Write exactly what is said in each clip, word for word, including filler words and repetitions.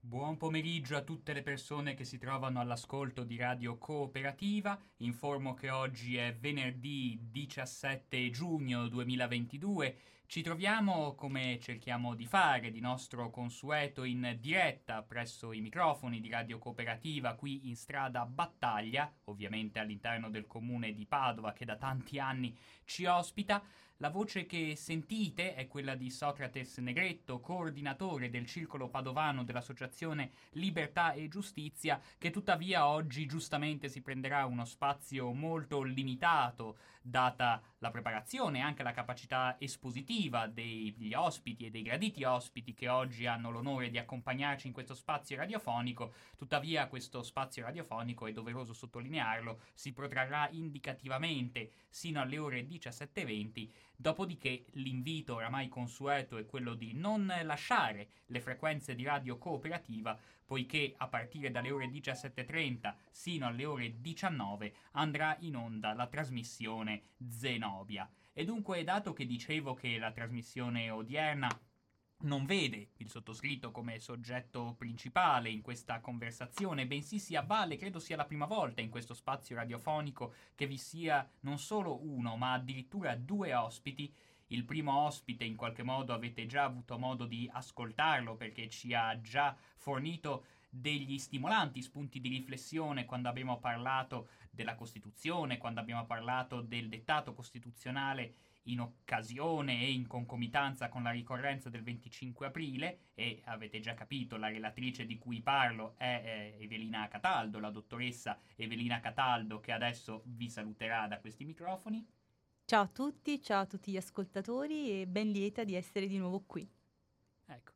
Buon pomeriggio a tutte le persone che si trovano all'ascolto di Radio Cooperativa. Informo che oggi è venerdì diciassette giugno duemilaventidue. Ci troviamo, come cerchiamo di fare, di nostro consueto, in diretta presso i microfoni di Radio Cooperativa qui in strada Battaglia, ovviamente all'interno del comune di Padova che da tanti anni ci ospita. La voce che sentite è quella di Socrates Negretto, coordinatore del circolo padovano dell'associazione Libertà e Giustizia, che tuttavia oggi giustamente si prenderà uno spazio molto limitato, data la preparazione e anche la capacità espositiva degli ospiti e dei graditi ospiti che oggi hanno l'onore di accompagnarci in questo spazio radiofonico. Tuttavia questo spazio radiofonico, è doveroso sottolinearlo, si protrarrà indicativamente sino alle ore diciassette e venti. Dopodiché l'invito oramai consueto è quello di non lasciare le frequenze di Radio Cooperativa, poiché a partire dalle ore diciassette e trenta sino alle ore diciannove andrà in onda la trasmissione Zenobia. E dunque, dato che dicevo che la trasmissione odierna non vede il sottoscritto come soggetto principale in questa conversazione, bensì si avvale, credo sia la prima volta in questo spazio radiofonico che vi sia non solo uno, ma addirittura due ospiti. Il primo ospite in qualche modo avete già avuto modo di ascoltarlo perché ci ha già fornito degli stimolanti spunti di riflessione quando abbiamo parlato della Costituzione, quando abbiamo parlato del dettato costituzionale in occasione e in concomitanza con la ricorrenza del venticinque aprile, e avete già capito, la relatrice di cui parlo è eh, Evelina Cataldo, la dottoressa Evelina Cataldo, che adesso vi saluterà da questi microfoni. Ciao a tutti, ciao a tutti gli ascoltatori e ben lieta di essere di nuovo qui. Ecco,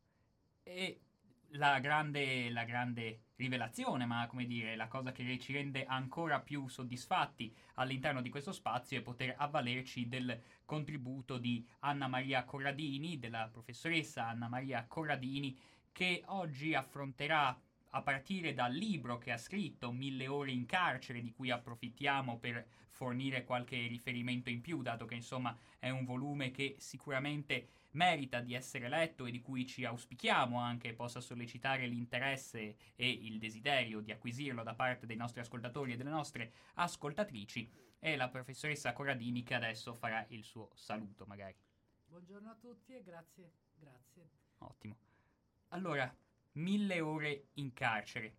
e la grande, la grande rivelazione, ma come dire, la cosa che ci rende ancora più soddisfatti all'interno di questo spazio è poter avvalerci del contributo di Anna Maria Corradini, della professoressa Anna Maria Corradini, che oggi affronterà, a partire dal libro che ha scritto, Mille ore in carcere, di cui approfittiamo per fornire qualche riferimento in più, dato che insomma è un volume che sicuramente merita di essere letto e di cui ci auspichiamo anche possa sollecitare l'interesse e il desiderio di acquisirlo da parte dei nostri ascoltatori e delle nostre ascoltatrici. E la professoressa Corradini che adesso farà il suo saluto, magari. Buongiorno a tutti e grazie, grazie. Ottimo. Allora, mille ore in carcere.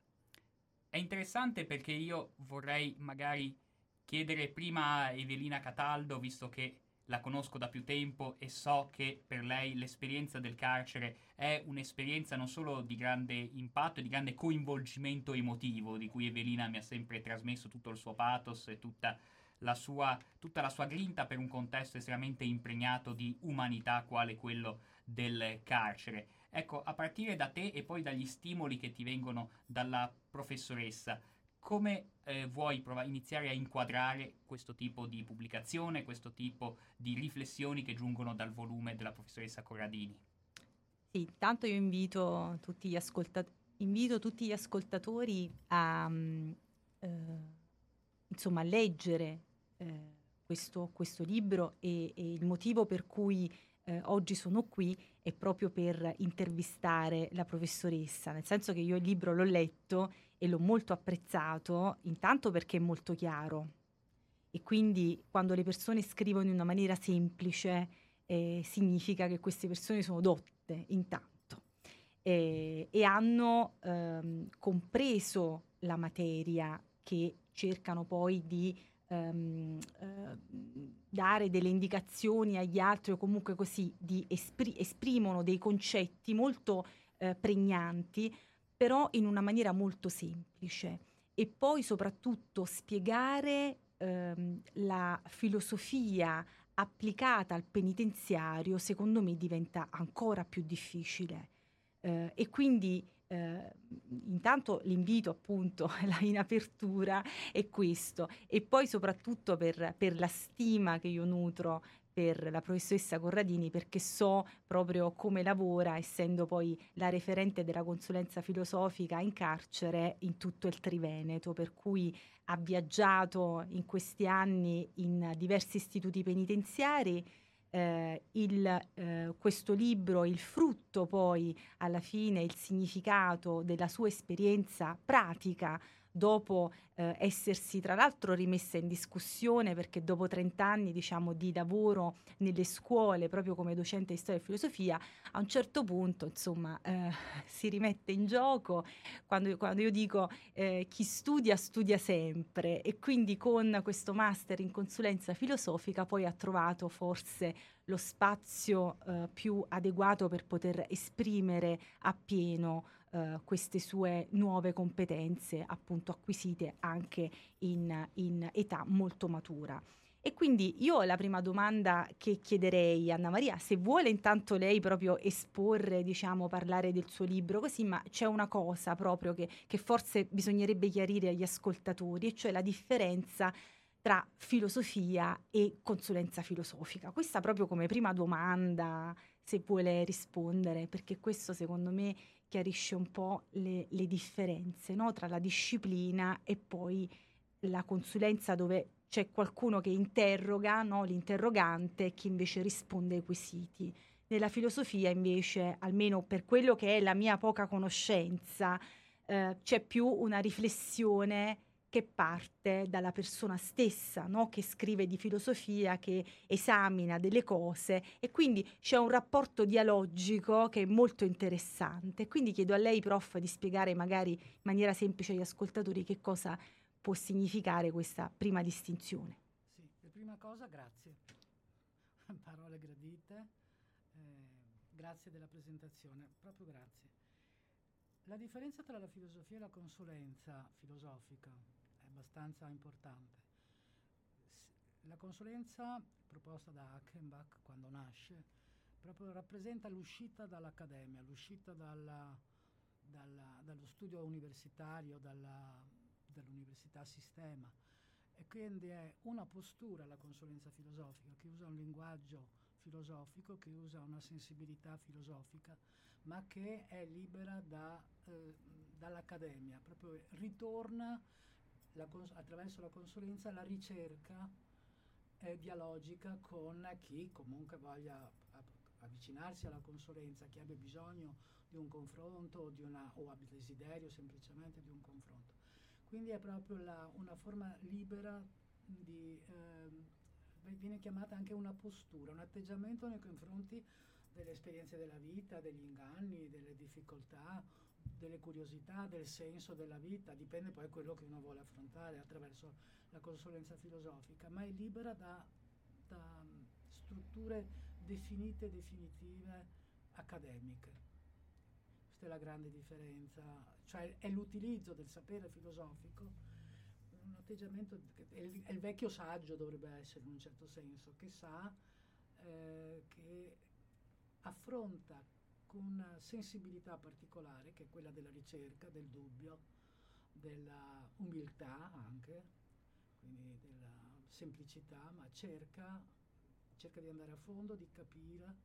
È interessante perché io vorrei magari chiedere prima a Evelina Cataldo, visto che la conosco da più tempo e so che per lei l'esperienza del carcere è un'esperienza non solo di grande impatto e di grande coinvolgimento emotivo, di cui Evelina mi ha sempre trasmesso tutto il suo pathos e tutta la sua, tutta la sua grinta per un contesto estremamente impregnato di umanità quale quello del carcere. Ecco, a partire da te e poi dagli stimoli che ti vengono dalla professoressa, come eh, vuoi prov- iniziare a inquadrare questo tipo di pubblicazione, questo tipo di riflessioni che giungono dal volume della professoressa Corradini? Sì, intanto io invito tutti gli, ascolta- invito tutti gli ascoltatori a mm, eh, insomma, leggere eh, questo, questo libro e, e il motivo per cui eh, oggi sono qui è proprio per intervistare la professoressa, nel senso che io il libro l'ho letto e l'ho molto apprezzato, intanto perché è molto chiaro e quindi quando le persone scrivono in una maniera semplice eh, significa che queste persone sono dotte intanto eh, e hanno ehm, compreso la materia che cercano poi di ehm, eh, dare delle indicazioni agli altri o comunque così di espri- esprimono dei concetti molto eh, pregnanti però in una maniera molto semplice e poi soprattutto spiegare ehm, la filosofia applicata al penitenziario secondo me diventa ancora più difficile eh, e quindi eh, intanto l'invito appunto in apertura è questo e poi soprattutto per, per la stima che io nutro per la professoressa Corradini perché so proprio come lavora essendo poi la referente della consulenza filosofica in carcere in tutto il Triveneto per cui ha viaggiato in questi anni in diversi istituti penitenziari eh, il, eh, questo libro, il frutto poi alla fine, il significato della sua esperienza pratica dopo eh, essersi tra l'altro rimessa in discussione, perché dopo trenta anni diciamo di lavoro nelle scuole proprio come docente di storia e filosofia, a un certo punto insomma eh, si rimette in gioco. Quando, quando io dico eh, chi studia studia sempre, e quindi con questo master in consulenza filosofica poi ha trovato forse lo spazio eh, più adeguato per poter esprimere appieno Uh, queste sue nuove competenze, appunto acquisite anche in, in età molto matura. E quindi io la prima domanda che chiederei a Anna Maria, se vuole intanto lei proprio esporre, diciamo, parlare del suo libro, così, ma c'è una cosa proprio che, che forse bisognerebbe chiarire agli ascoltatori, e cioè la differenza tra filosofia e consulenza filosofica. Questa proprio come prima domanda, se vuole rispondere, perché questo secondo me chiarisce un po' le, le differenze, no? Tra la disciplina e poi la consulenza, dove c'è qualcuno che interroga, no? L'interrogante, e chi invece risponde ai quesiti. Nella filosofia invece, almeno per quello che è la mia poca conoscenza, eh, c'è più una riflessione che parte dalla persona stessa, no? Che scrive di filosofia, che esamina delle cose, e quindi c'è un rapporto dialogico che è molto interessante. Quindi chiedo a lei, prof, di spiegare magari in maniera semplice agli ascoltatori che cosa può significare questa prima distinzione. Sì, per prima cosa grazie, parole gradite, eh, grazie della presentazione, proprio grazie. La differenza tra la filosofia e la consulenza filosofica è abbastanza importante. La consulenza proposta da Achenbach quando nasce proprio rappresenta l'uscita dall'accademia, l'uscita dalla, dalla, dallo studio universitario, dalla, dall'università sistema, e quindi è una postura, la consulenza filosofica, che usa un linguaggio filosofico, che usa una sensibilità filosofica, ma che è libera da, eh, dall'accademia, proprio ritorna la cons- attraverso la consulenza alla ricerca eh, dialogica con chi comunque voglia a- avvicinarsi alla consulenza, chi abbia bisogno di un confronto o, di una, o abbia desiderio semplicemente di un confronto. Quindi è proprio la, una forma libera di, eh, viene chiamata anche una postura, un atteggiamento nei confronti delle esperienze della vita, degli inganni, delle difficoltà, delle curiosità, del senso della vita, dipende poi quello che uno vuole affrontare attraverso la consulenza filosofica, ma è libera da, da strutture definite, definitive, accademiche. Questa è la grande differenza, cioè è l'utilizzo del sapere filosofico, un atteggiamento che è il, è il vecchio saggio, dovrebbe essere in un certo senso, che sa eh, che affronta con una sensibilità particolare, che è quella della ricerca, del dubbio, della umiltà anche, quindi della semplicità, ma cerca, cerca di andare a fondo, di capire,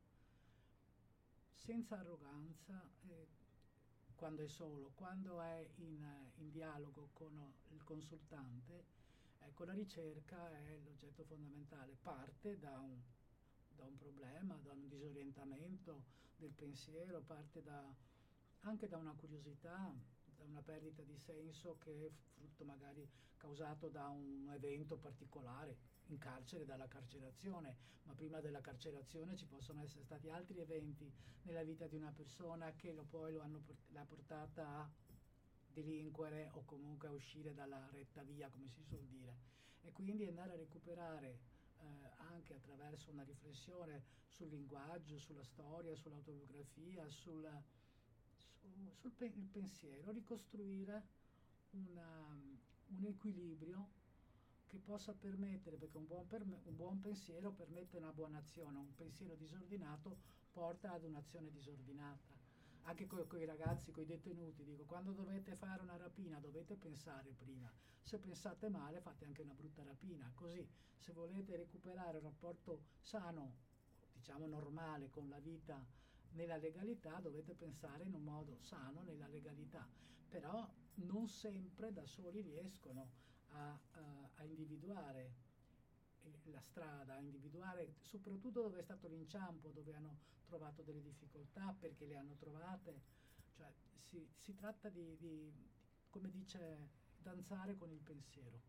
senza arroganza, eh, quando è solo, quando è in, in dialogo con il consultante. Ecco, la ricerca è l'oggetto fondamentale, parte da un, da un problema, da un disorientamento del pensiero, parte da, anche da una curiosità, da una perdita di senso che è frutto magari causato da un evento particolare, in carcere, dalla carcerazione, ma prima della carcerazione ci possono essere stati altri eventi nella vita di una persona che lo poi lo hanno, l'ha portata a delinquere o comunque a uscire dalla retta via, come si suol dire, e quindi andare a recuperare eh, anche attraverso una riflessione sul linguaggio, sulla storia, sull'autobiografia, sul, su, sul pe- il pensiero, ricostruire una, un equilibrio che possa permettere, perché un buon, perme- un buon pensiero permette una buona azione, un pensiero disordinato porta ad un'azione disordinata. Anche con i ragazzi, con i detenuti, dico, quando dovete fare una rapina dovete pensare prima, se pensate male fate anche una brutta rapina, così se volete recuperare un rapporto sano, diciamo normale con la vita nella legalità, dovete pensare in un modo sano nella legalità, però non sempre da soli riescono a, uh, a individuare la strada, a individuare soprattutto dove è stato l'inciampo, dove hanno trovato delle difficoltà, perché le hanno trovate. Cioè si, si tratta di, di, come dice, danzare con il pensiero.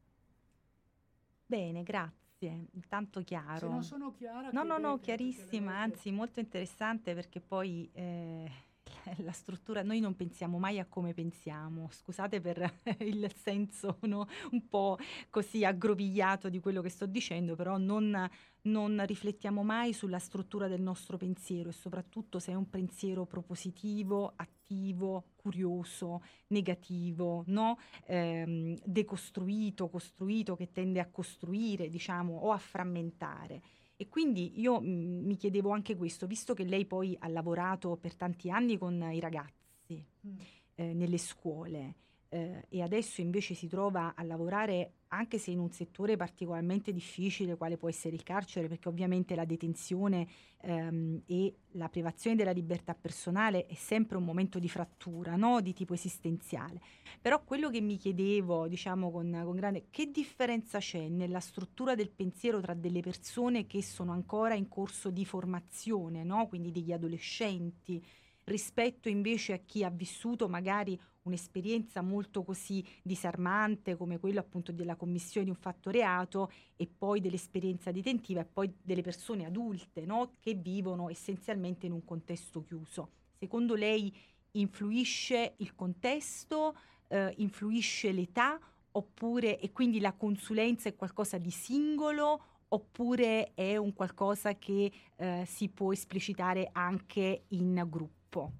Bene, grazie. Intanto Se chiaro. non sono chiara, No, no, no, chiedete, perché alle chiarissima, volte anzi molto interessante perché poi eh, la struttura, noi non pensiamo mai a come pensiamo, scusate per il senso, no, un po' così aggrovigliato di quello che sto dicendo, però non, non riflettiamo mai sulla struttura del nostro pensiero e soprattutto se è un pensiero propositivo, attivo, curioso, negativo, no? Ehm, decostruito, costruito, che tende a costruire, diciamo, o a frammentare. E quindi io mh, mi chiedevo anche questo, visto che lei poi ha lavorato per tanti anni con i ragazzi mm, eh, nelle scuole eh, e adesso invece si trova a lavorare anche se in un settore particolarmente difficile, quale può essere il carcere, perché ovviamente la detenzione ehm, e la privazione della libertà personale è sempre un momento di frattura, no? Di tipo esistenziale. Però quello che mi chiedevo, diciamo con, con grande, che differenza c'è nella struttura del pensiero tra delle persone che sono ancora in corso di formazione, no? Quindi degli adolescenti, rispetto invece a chi ha vissuto magari un'esperienza molto così disarmante come quello appunto della commissione di un fatto reato e poi dell'esperienza detentiva e poi delle persone adulte, no? Che vivono essenzialmente in un contesto chiuso. Secondo lei influisce il contesto, eh, influisce l'età oppure e quindi la consulenza è qualcosa di singolo oppure è un qualcosa che eh, si può esplicitare anche in gruppo?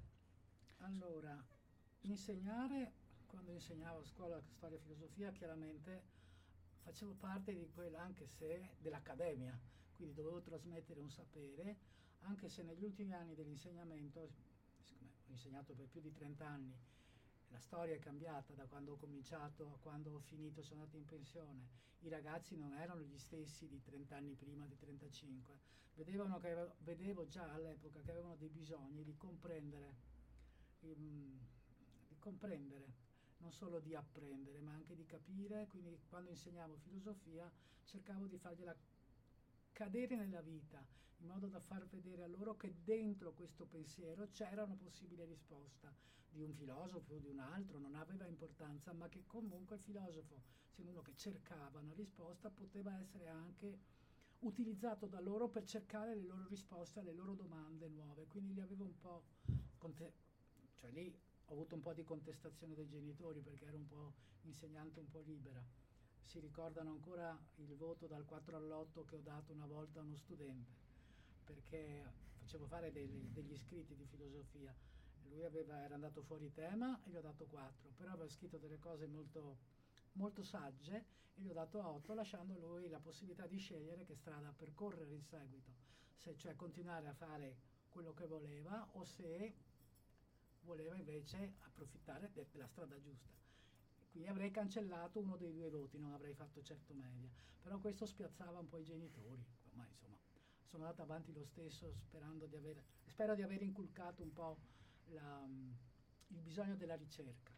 allora, insegnare, quando insegnavo a scuola storia e filosofia, chiaramente facevo parte di quella, anche se dell'accademia, quindi dovevo trasmettere un sapere, anche se negli ultimi anni dell'insegnamento, siccome ho insegnato per più di trenta anni, la storia è cambiata da quando ho cominciato a quando ho finito, sono andato in pensione. I ragazzi non erano gli stessi di trenta anni prima, di trentacinque. Vedevano che avevo, vedevo già all'epoca che avevano dei bisogni di comprendere, ehm, di comprendere, non solo di apprendere, ma anche di capire. Quindi quando insegnavo filosofia cercavo di fargliela cadere nella vita, in modo da far vedere a loro che dentro questo pensiero c'era una possibile risposta di un filosofo o di un altro, non aveva importanza, ma che comunque il filosofo, essendo uno che cercava una risposta, poteva essere anche utilizzato da loro per cercare le loro risposte alle loro domande nuove. Quindi li avevo un po' conte- cioè lì ho avuto un po' di contestazione dei genitori perché ero un po' insegnante un po' libera. Si ricordano ancora il voto dal quattro all'otto che ho dato una volta a uno studente, perché facevo fare degli, degli scritti di filosofia. Lui aveva, era andato fuori tema e gli ho dato quattro, però aveva scritto delle cose molto, molto sagge e gli ho dato otto, lasciando a lui la possibilità di scegliere che strada percorrere in seguito, se cioè continuare a fare quello che voleva o se voleva invece approfittare de- della strada giusta. Quindi avrei cancellato uno dei due voti, non avrei fatto certo media, però questo spiazzava un po' i genitori, ma insomma sono andata avanti lo stesso sperando di aver, spero di aver inculcato un po' la, il bisogno della ricerca.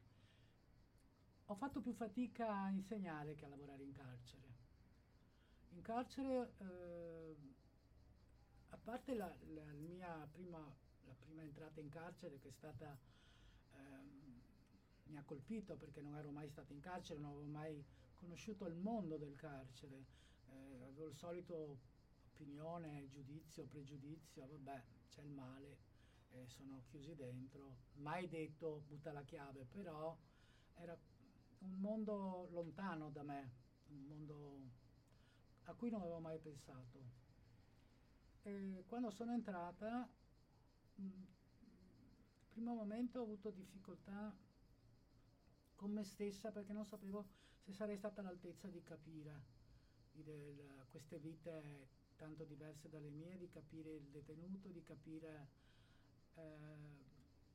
Ho fatto più fatica a insegnare che a lavorare in carcere. In carcere, eh, a parte la, la, la mia prima, la prima entrata in carcere che è stata... ehm, mi ha colpito perché non ero mai stato in carcere, non avevo mai conosciuto il mondo del carcere, eh, avevo il solito opinione, giudizio, pregiudizio, vabbè, c'è il male, eh, sono chiusi dentro, mai detto butta la chiave, però era un mondo lontano da me, un mondo a cui non avevo mai pensato. E quando sono entrata, mh, il primo momento ho avuto difficoltà con me stessa perché non sapevo se sarei stata all'altezza di capire di del, queste vite tanto diverse dalle mie, di capire il detenuto, di capire... Eh,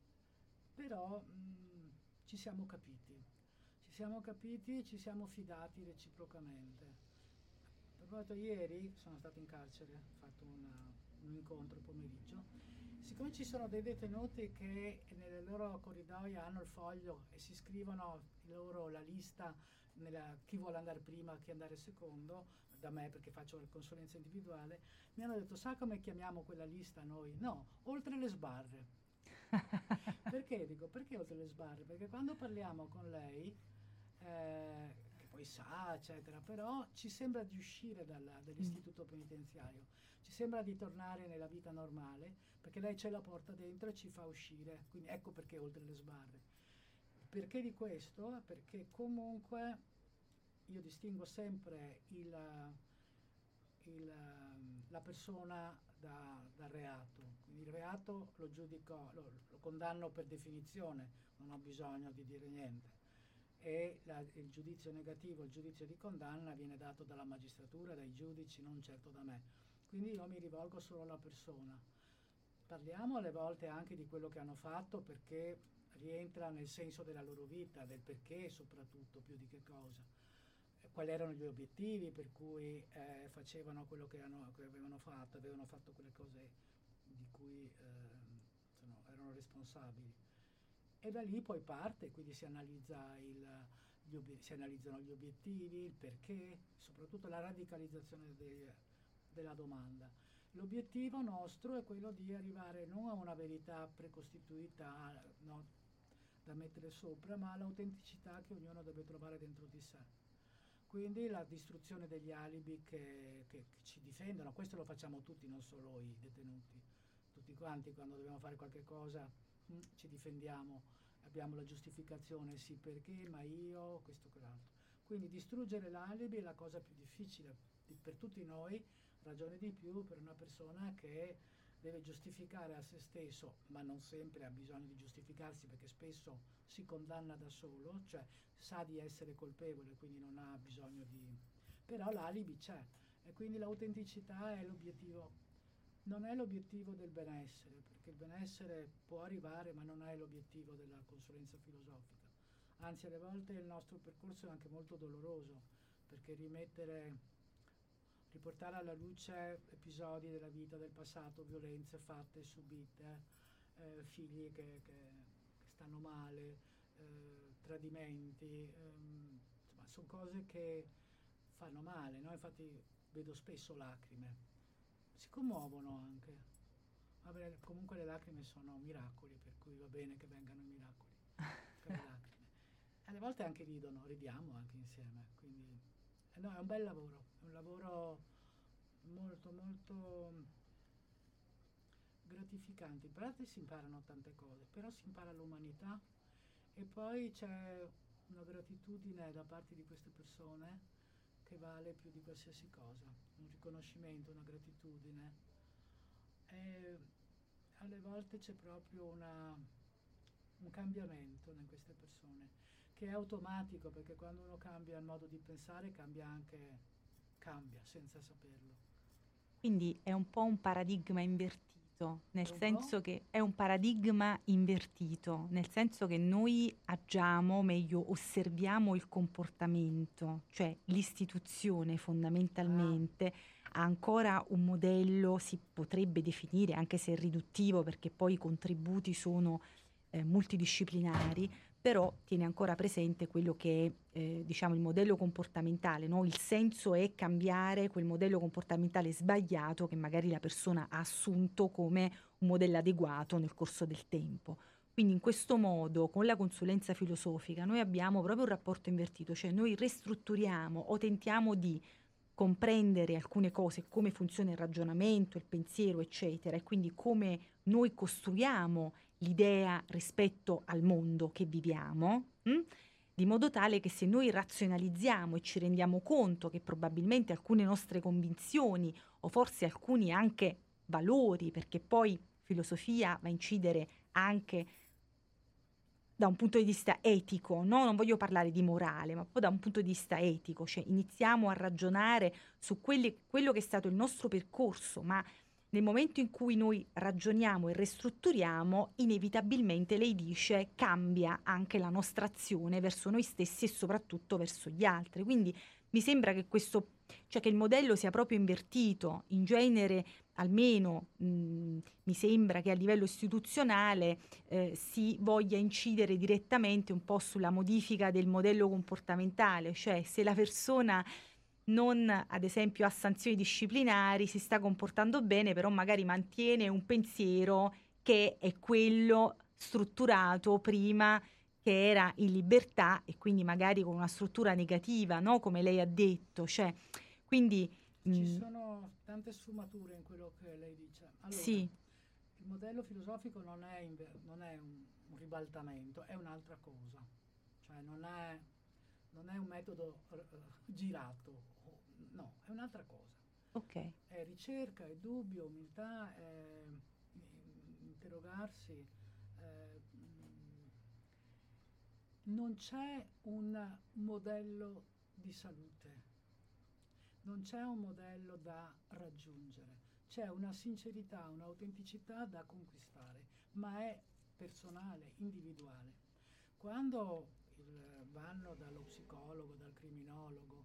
però mh, ci siamo capiti, ci siamo capiti e ci siamo fidati reciprocamente. Per quanto ieri sono stato in carcere, ho fatto una, un incontro pomeriggio. Siccome ci sono dei detenuti che nelle loro corridoie hanno il foglio e si scrivono loro la lista, nella, chi vuole andare prima, chi andare secondo, da me, perché faccio la consulenza individuale, mi hanno detto: sa come chiamiamo quella lista noi? No, oltre le sbarre. Perché? Dico, perché oltre le sbarre? Perché quando parliamo con lei, eh, che poi sa, eccetera, però ci sembra di uscire dalla, dall'istituto penitenziario, ci sembra di tornare nella vita normale, perché lei ce la porta dentro e ci fa uscire, quindi ecco perché oltre le sbarre. Perché di questo? Perché comunque io distingo sempre il, il, la persona da, dal reato. Quindi il reato lo giudico, lo, lo condanno per definizione, non ho bisogno di dire niente. E la, il giudizio negativo, il giudizio di condanna viene dato dalla magistratura, dai giudici, non certo da me. Quindi io mi rivolgo solo alla persona. Parliamo alle volte anche di quello che hanno fatto, perché rientra nel senso della loro vita, del perché soprattutto, più di che cosa. Quali erano gli obiettivi per cui eh, facevano quello che, hanno, che avevano fatto, avevano fatto quelle cose di cui eh, sono, erano responsabili. E da lì poi parte, quindi si, analizza il, gli ob- si analizzano gli obiettivi, il perché, soprattutto la radicalizzazione de- della domanda. L'obiettivo nostro è quello di arrivare non a una verità precostituita, no, da mettere sopra, ma all'autenticità che ognuno deve trovare dentro di sé. Quindi la distruzione degli alibi che, che, che ci difendono, questo lo facciamo tutti, non solo i detenuti, tutti quanti quando dobbiamo fare qualche cosa mh, ci difendiamo, abbiamo la giustificazione, sì perché, ma io, questo che l'altro. Quindi distruggere l'alibi è la cosa più difficile di, per tutti noi, ragione di più per una persona che deve giustificare a se stesso, ma non sempre ha bisogno di giustificarsi, perché spesso si condanna da solo, cioè sa di essere colpevole, quindi non ha bisogno di... però l'alibi c'è, e quindi l'autenticità è l'obiettivo, non è l'obiettivo del benessere, perché il benessere può arrivare, ma non è l'obiettivo della consulenza filosofica. Anzi, alle volte il nostro percorso è anche molto doloroso, perché rimettere... riportare alla luce episodi della vita, del passato, violenze fatte, subite, eh, figli che, che, che stanno male, eh, tradimenti, ehm, insomma, sono cose che fanno male, no? Infatti vedo spesso lacrime, si commuovono anche. Vabbè, comunque le lacrime sono miracoli, per cui va bene che vengano i miracoli per le lacrime. Alle volte anche ridono, ridiamo anche insieme, quindi... no, è un bel lavoro, è un lavoro molto molto gratificante. In parte si imparano tante cose, però si impara l'umanità, e poi c'è una gratitudine da parte di queste persone che vale più di qualsiasi cosa, un riconoscimento, una gratitudine. E alle volte c'è proprio una, un cambiamento in queste persone, che è automatico, perché quando uno cambia il modo di pensare cambia anche, cambia senza saperlo. Quindi è un po' un paradigma invertito, nel un senso po'? che è un paradigma invertito, nel senso che noi agiamo, meglio osserviamo il comportamento, cioè l'istituzione fondamentalmente ha ancora un modello, si potrebbe definire, anche se è riduttivo perché poi i contributi sono eh, multidisciplinari, però tiene ancora presente quello che è eh, diciamo il modello comportamentale, no? Il senso è cambiare quel modello comportamentale sbagliato che magari la persona ha assunto come un modello adeguato nel corso del tempo. Quindi in questo modo, con la consulenza filosofica, noi abbiamo proprio un rapporto invertito, cioè noi ristrutturiamo o tentiamo di comprendere alcune cose, come funziona il ragionamento, il pensiero, eccetera, e quindi come noi costruiamo l'idea rispetto al mondo che viviamo, mh? Di modo tale che se noi razionalizziamo e ci rendiamo conto che probabilmente alcune nostre convinzioni o forse alcuni anche valori, perché poi filosofia va a incidere anche da un punto di vista etico, no? Non voglio parlare di morale, ma poi da un punto di vista etico, cioè iniziamo a ragionare su quelli, quello che è stato il nostro percorso, ma nel momento in cui noi ragioniamo e ristrutturiamo, inevitabilmente lei dice cambia anche la nostra azione verso noi stessi e soprattutto verso gli altri. Quindi mi sembra che questo, cioè che il modello sia proprio invertito. In genere, almeno mh, mi sembra che a livello istituzionale eh, si voglia incidere direttamente un po' sulla modifica del modello comportamentale, cioè se la persona non ad esempio ha sanzioni disciplinari, si sta comportando bene, però magari mantiene un pensiero che è quello strutturato prima, che era in libertà e quindi magari con una struttura negativa, no? Come lei ha detto, cioè, quindi Ci mh, sono tante sfumature in quello che lei dice. Allora, sì, il modello filosofico non è, inve- non è un, un ribaltamento, è un'altra cosa. Cioè non è, non è un metodo eh, girato, o- no, è un'altra cosa. ok, È ricerca, è dubbio, umiltà, è mm, interrogarsi. eh, mm, non c'è un modello di salute, non c'è un modello da raggiungere, c'è una sincerità, un'autenticità da conquistare, ma è personale, individuale. Quando il- vanno dallo psicologo, dal criminologo,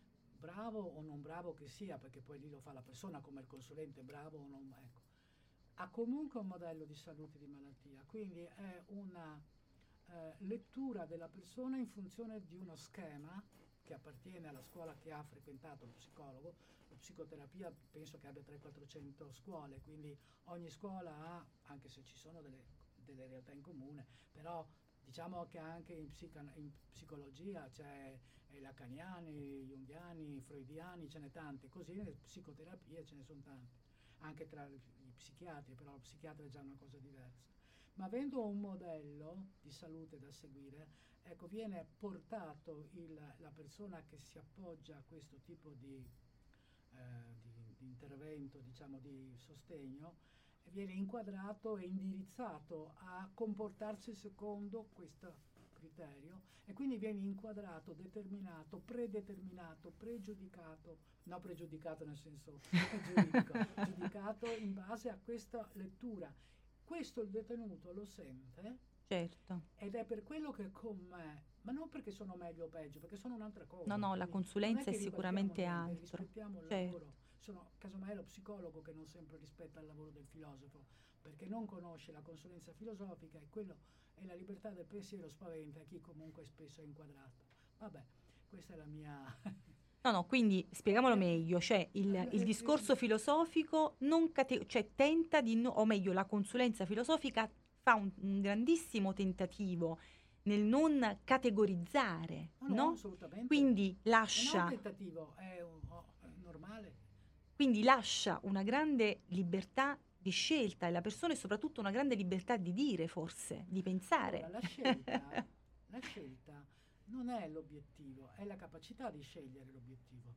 bravo o non bravo che sia, perché poi lì lo fa la persona come il consulente, bravo o non, ecco, ha comunque un modello di salute e di malattia, quindi è una eh, lettura della persona in funzione di uno schema che appartiene alla scuola che ha frequentato lo psicologo. La psicoterapia penso che abbia trecento quattrocento scuole, quindi ogni scuola ha, anche se ci sono delle, delle realtà in comune, però diciamo che anche in, psica- in psicologia c'è i lacaniani, junghiani, freudiani, ce n'è tanti, così nelle psicoterapie ce ne sono tanti, anche tra gli psichiatri, però lo psichiatra è già una cosa diversa. Ma avendo un modello di salute da seguire, ecco, viene portato il, la persona che si appoggia a questo tipo di, eh, di, di intervento, diciamo di sostegno, viene inquadrato e indirizzato a comportarsi secondo questo criterio e quindi viene inquadrato, determinato, predeterminato, pregiudicato, no pregiudicato nel senso giuridico, giudicato in base a questa lettura. Questo il detenuto lo sente certo. ed è per quello che con me, ma non perché sono meglio o peggio, perché sono un'altra No, cosa. no, la Quindi non è consulenza è che ribaltiamo sicuramente niente, altro, rispettiamo il certo. lavoro. Sono, casomai è lo psicologo che non sempre rispetta il lavoro del filosofo, perché non conosce la consulenza filosofica e quello e la libertà del pensiero spaventa chi comunque spesso è inquadrato. Vabbè, questa è la mia... No, no, quindi spieghiamolo Eh, meglio, cioè il, eh, il eh, discorso eh, filosofico non cate- cioè tenta di, no- o meglio, la consulenza filosofica fa un, un grandissimo tentativo nel non categorizzare, no, no, no? assolutamente. Quindi Non è un lascia, tentativo, è, un, oh, è normale. quindi lascia una grande libertà di scelta e la persona e soprattutto una grande libertà di dire, forse, di Allora, pensare. la scelta, la scelta non è l'obiettivo, è la capacità di scegliere l'obiettivo.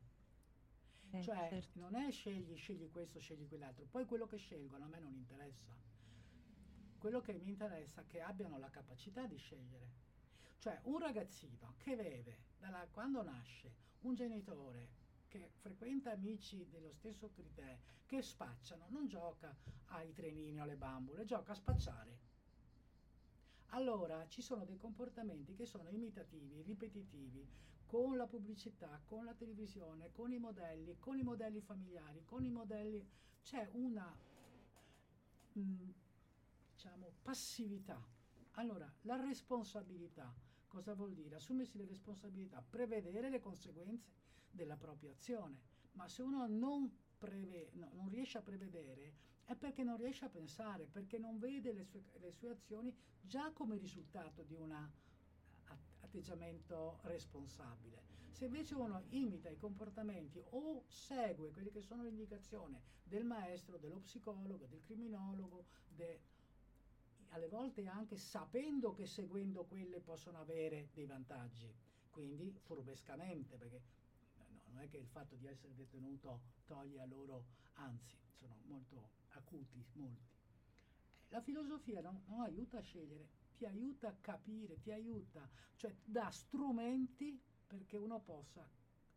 Eh, Cioè, certo. non è scegli, scegli questo, scegli quell'altro. Poi quello che scelgono a me non interessa. Quello che mi interessa è che abbiano la capacità di scegliere. Cioè, un ragazzino che vede, dalla, quando nasce, un genitore che frequenta amici dello stesso criterio, che spacciano, non gioca ai trenini o alle bambole, gioca a spacciare. Allora ci sono dei comportamenti che sono imitativi, ripetitivi, con la pubblicità, con la televisione, con i modelli, con i modelli familiari, con i modelli... C'è una, mh, diciamo, passività. Allora, la responsabilità, cosa vuol dire? Assumersi le responsabilità, prevedere le conseguenze della propria azione. Ma se uno non, preve, no, non riesce a prevedere, è perché non riesce a pensare, perché non vede le sue, le sue azioni già come risultato di un atteggiamento responsabile. Se invece uno imita i comportamenti o segue quelle che sono le indicazioni del maestro, dello psicologo, del criminologo, de, alle volte anche sapendo che seguendo quelle possono avere dei vantaggi, quindi furbescamente, perché no, non è che il fatto di essere detenuto toglie a loro, anzi, sono molto acuti, molti. La filosofia non, non aiuta a scegliere, ti aiuta a capire, ti aiuta, cioè dà strumenti perché uno possa,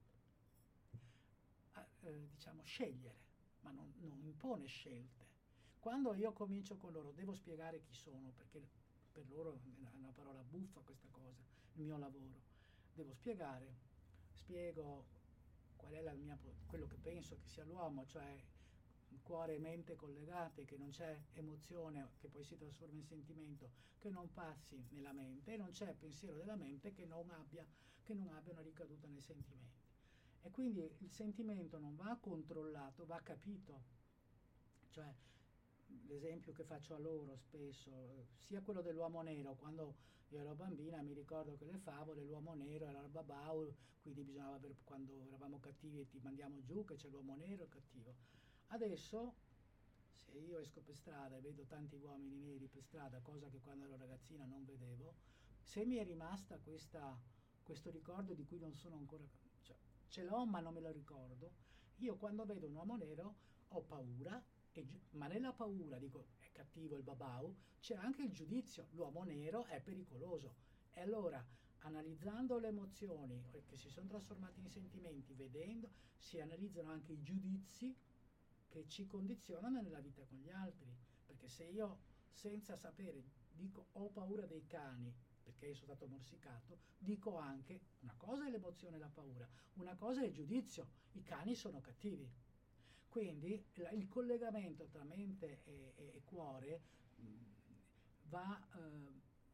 eh, diciamo, scegliere, ma non, non impone scelte. Quando io comincio con loro devo spiegare chi sono, perché per loro è una parola buffa questa cosa, il mio lavoro. Devo spiegare, spiego qual è la mia, quello che penso che sia l'uomo, cioè cuore e mente collegate, che non c'è emozione che poi si trasforma in sentimento che non passi nella mente e non c'è pensiero della mente che non abbia, che non abbia una ricaduta nei sentimenti. E quindi il sentimento non va controllato, va capito. Cioè, l'esempio che faccio a loro spesso, sia quello dell'uomo nero, quando io ero bambina mi ricordo che le favole, l'uomo nero era il babau, quindi bisognava, per, quando eravamo cattivi ti mandiamo giù che c'è l'uomo nero il cattivo. Adesso, se io esco per strada e vedo tanti uomini neri per strada, cosa che quando ero ragazzina non vedevo, se mi è rimasta questa, questo ricordo di cui non sono ancora, cioè, ce l'ho ma non me lo ricordo, io quando vedo un uomo nero ho paura, e, ma nella paura dico è cattivo il babau, c'è anche il giudizio, l'uomo nero è pericoloso. E allora, analizzando le emozioni che si sono trasformate in sentimenti, vedendo, si analizzano anche i giudizi che ci condizionano nella vita con gli altri. Perché se io, senza sapere, dico ho paura dei cani perché io sono stato morsicato, dico anche una cosa è l'emozione e la paura, una cosa è il giudizio, i cani sono cattivi. Quindi la, il collegamento tra mente e, e, e cuore mh, va eh,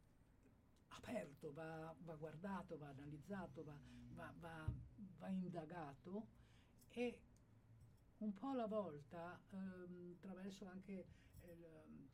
aperto, va, va guardato, va analizzato, va, va, va, va indagato, e un po' alla volta, ehm, attraverso anche il,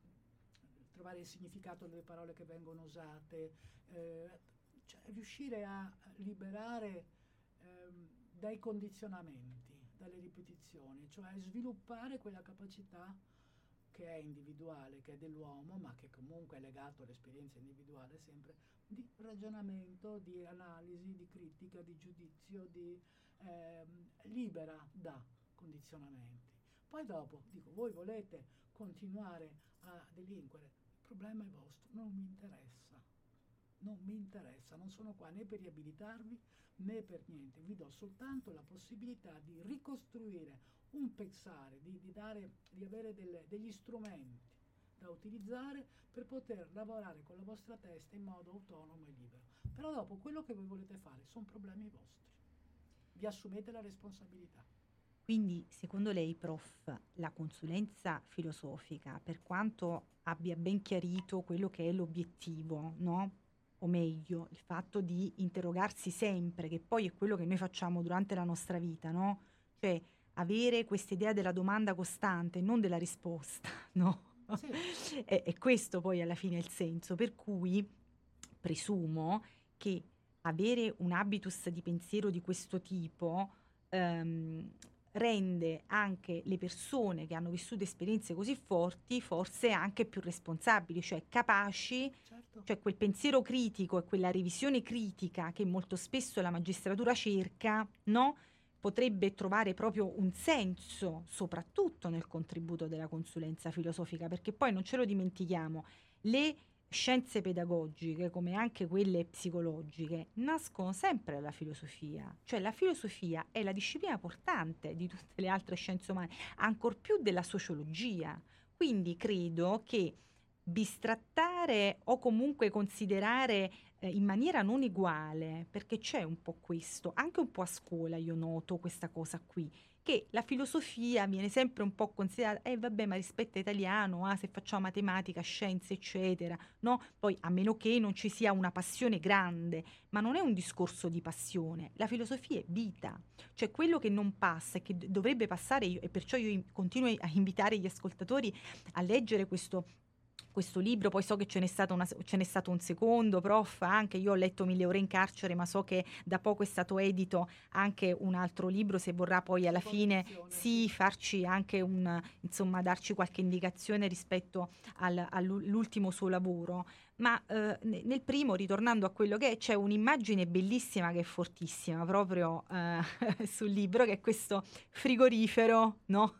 trovare il significato delle parole che vengono usate, eh, cioè riuscire a liberare ehm, dai condizionamenti, dalle ripetizioni, cioè sviluppare quella capacità che è individuale, che è dell'uomo, ma che comunque è legato all'esperienza individuale sempre, di ragionamento, di analisi, di critica, di giudizio, di ehm, libera da condizionamenti. Poi dopo, dico, voi volete continuare a delinquere, il problema è vostro, non mi interessa, non mi interessa, non sono qua né per riabilitarvi né per niente, vi do soltanto la possibilità di ricostruire un pensare, di, di, dare, di avere delle, degli strumenti da utilizzare per poter lavorare con la vostra testa in modo autonomo e libero. Però dopo quello che voi volete fare sono problemi vostri, vi assumete la responsabilità. Quindi, secondo lei, prof, la consulenza filosofica, per quanto abbia ben chiarito quello che è l'obiettivo, no? O meglio, il fatto di interrogarsi sempre, che poi è quello che noi facciamo durante la nostra vita, no? Cioè, avere questa idea della domanda costante, non della risposta, no? Sì. E, e questo poi alla fine è il senso, per cui presumo che avere un habitus di pensiero di questo tipo ehm, rende anche le persone che hanno vissuto esperienze così forti forse anche più responsabili, cioè capaci, certo. Cioè quel pensiero critico e quella revisione critica che molto spesso la magistratura cerca, no? Potrebbe trovare proprio un senso soprattutto nel contributo della consulenza filosofica, perché poi non ce lo dimentichiamo, le scienze pedagogiche, come anche quelle psicologiche, nascono sempre dalla filosofia. Cioè la filosofia è la disciplina portante di tutte le altre scienze umane, ancor più della sociologia. Quindi credo che bistrattare o comunque considerare eh, in maniera non uguale, perché c'è un po' questo, anche un po' a scuola io noto questa cosa qui, che la filosofia viene sempre un po' considerata, eh vabbè, ma rispetto a italiano, ah, se facciamo matematica, scienze, eccetera, no? Poi a meno che non ci sia una passione grande, ma non è un discorso di passione, la filosofia è vita, cioè quello che non passa e che d- dovrebbe passare, io, e perciò io in- continuo a invitare gli ascoltatori a leggere questo questo libro, poi so che ce n'è stato, una, ce n'è stato un secondo, prof, anche io ho letto Mille ore in carcere, ma so che da poco è stato edito anche un altro libro, se vorrà poi alla fine sì, farci anche un, insomma, darci qualche indicazione rispetto al, all'ultimo suo lavoro. Ma eh, nel primo, ritornando a quello che è, c'è un'immagine bellissima che è fortissima proprio eh, sul libro, che è questo frigorifero, no?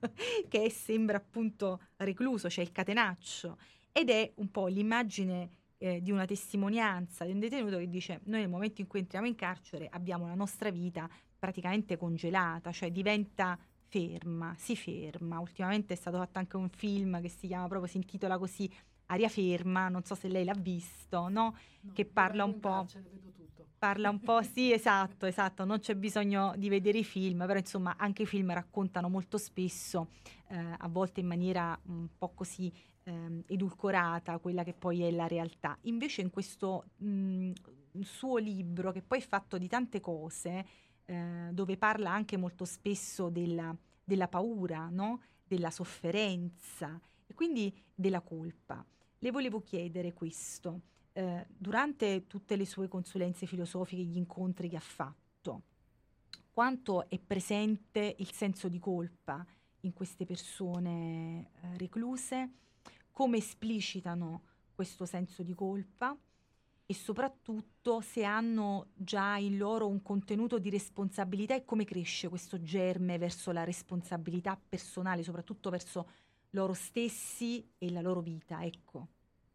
che sembra appunto recluso, c'è il catenaccio, ed è un po' l'immagine eh, di una testimonianza di un detenuto che dice: noi nel momento in cui entriamo in carcere abbiamo la nostra vita praticamente congelata, cioè diventa ferma, si ferma. Ultimamente è stato fatto anche un film che si chiama proprio, si intitola così, Aria ferma, non so se lei l'ha visto, no? No, che parla un po'... Carcere, vedo tutto. Parla un po', sì, esatto, esatto, non c'è bisogno di vedere i film, però insomma anche i film raccontano molto spesso, eh, a volte in maniera un po' così ehm, edulcorata, quella che poi è la realtà. Invece in questo mh, suo libro, che poi è fatto di tante cose, eh, dove parla anche molto spesso della, della paura, no? Della sofferenza e quindi della colpa. Le volevo chiedere questo, eh, durante tutte le sue consulenze filosofiche, gli incontri che ha fatto, quanto è presente il senso di colpa in queste persone eh, recluse, come esplicitano questo senso di colpa e soprattutto se hanno già in loro un contenuto di responsabilità e come cresce questo germe verso la responsabilità personale, soprattutto verso loro stessi e la loro vita, ecco.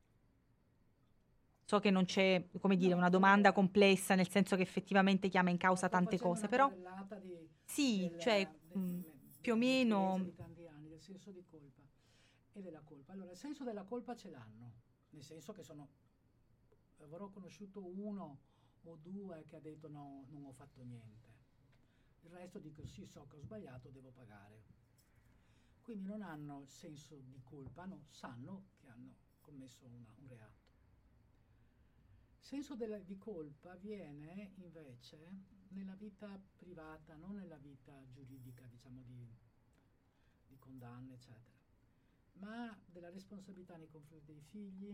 So che non c'è, come dire, No, una domanda eh, complessa, nel senso che effettivamente chiama in causa sto tante facendo cose, una però carrellata di, sì, del, cioè de- mh, me- più o della mia esperienza meno di tanti anni, del senso di colpa e della colpa. Allora, il senso della colpa ce l'hanno, nel senso che sono, avrò conosciuto uno o due che ha detto no, non ho fatto niente. Il resto dico sì, so che ho sbagliato, devo pagare. Quindi non hanno senso di colpa, no, sanno che hanno commesso una- un reato. Senso della- di colpa viene invece nella vita privata, non nella vita giuridica, diciamo di, di condanne, eccetera, ma della responsabilità nei confronti dei figli,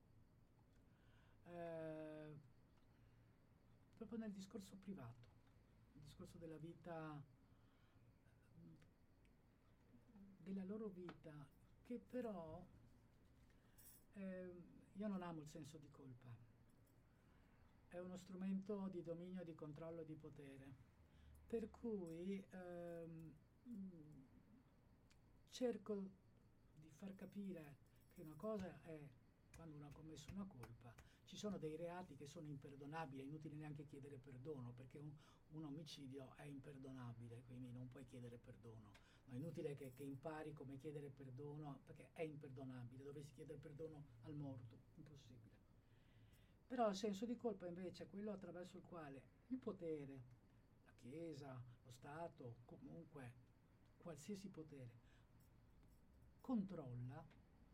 eh, proprio nel discorso privato, il discorso della vita, della loro vita, che però eh, io non amo il senso di colpa. È uno strumento di dominio, di controllo e di potere. Per cui ehm, cerco di far capire che una cosa è quando uno ha commesso una colpa. Ci sono dei reati che sono imperdonabili, è inutile neanche chiedere perdono, perché un, un omicidio è imperdonabile, quindi non puoi chiedere perdono. No, è inutile che, che impari come chiedere perdono, perché è imperdonabile, dovresti chiedere perdono al morto, impossibile. Però il senso di colpa invece è quello attraverso il quale il potere, la Chiesa, lo Stato, comunque qualsiasi potere, controlla,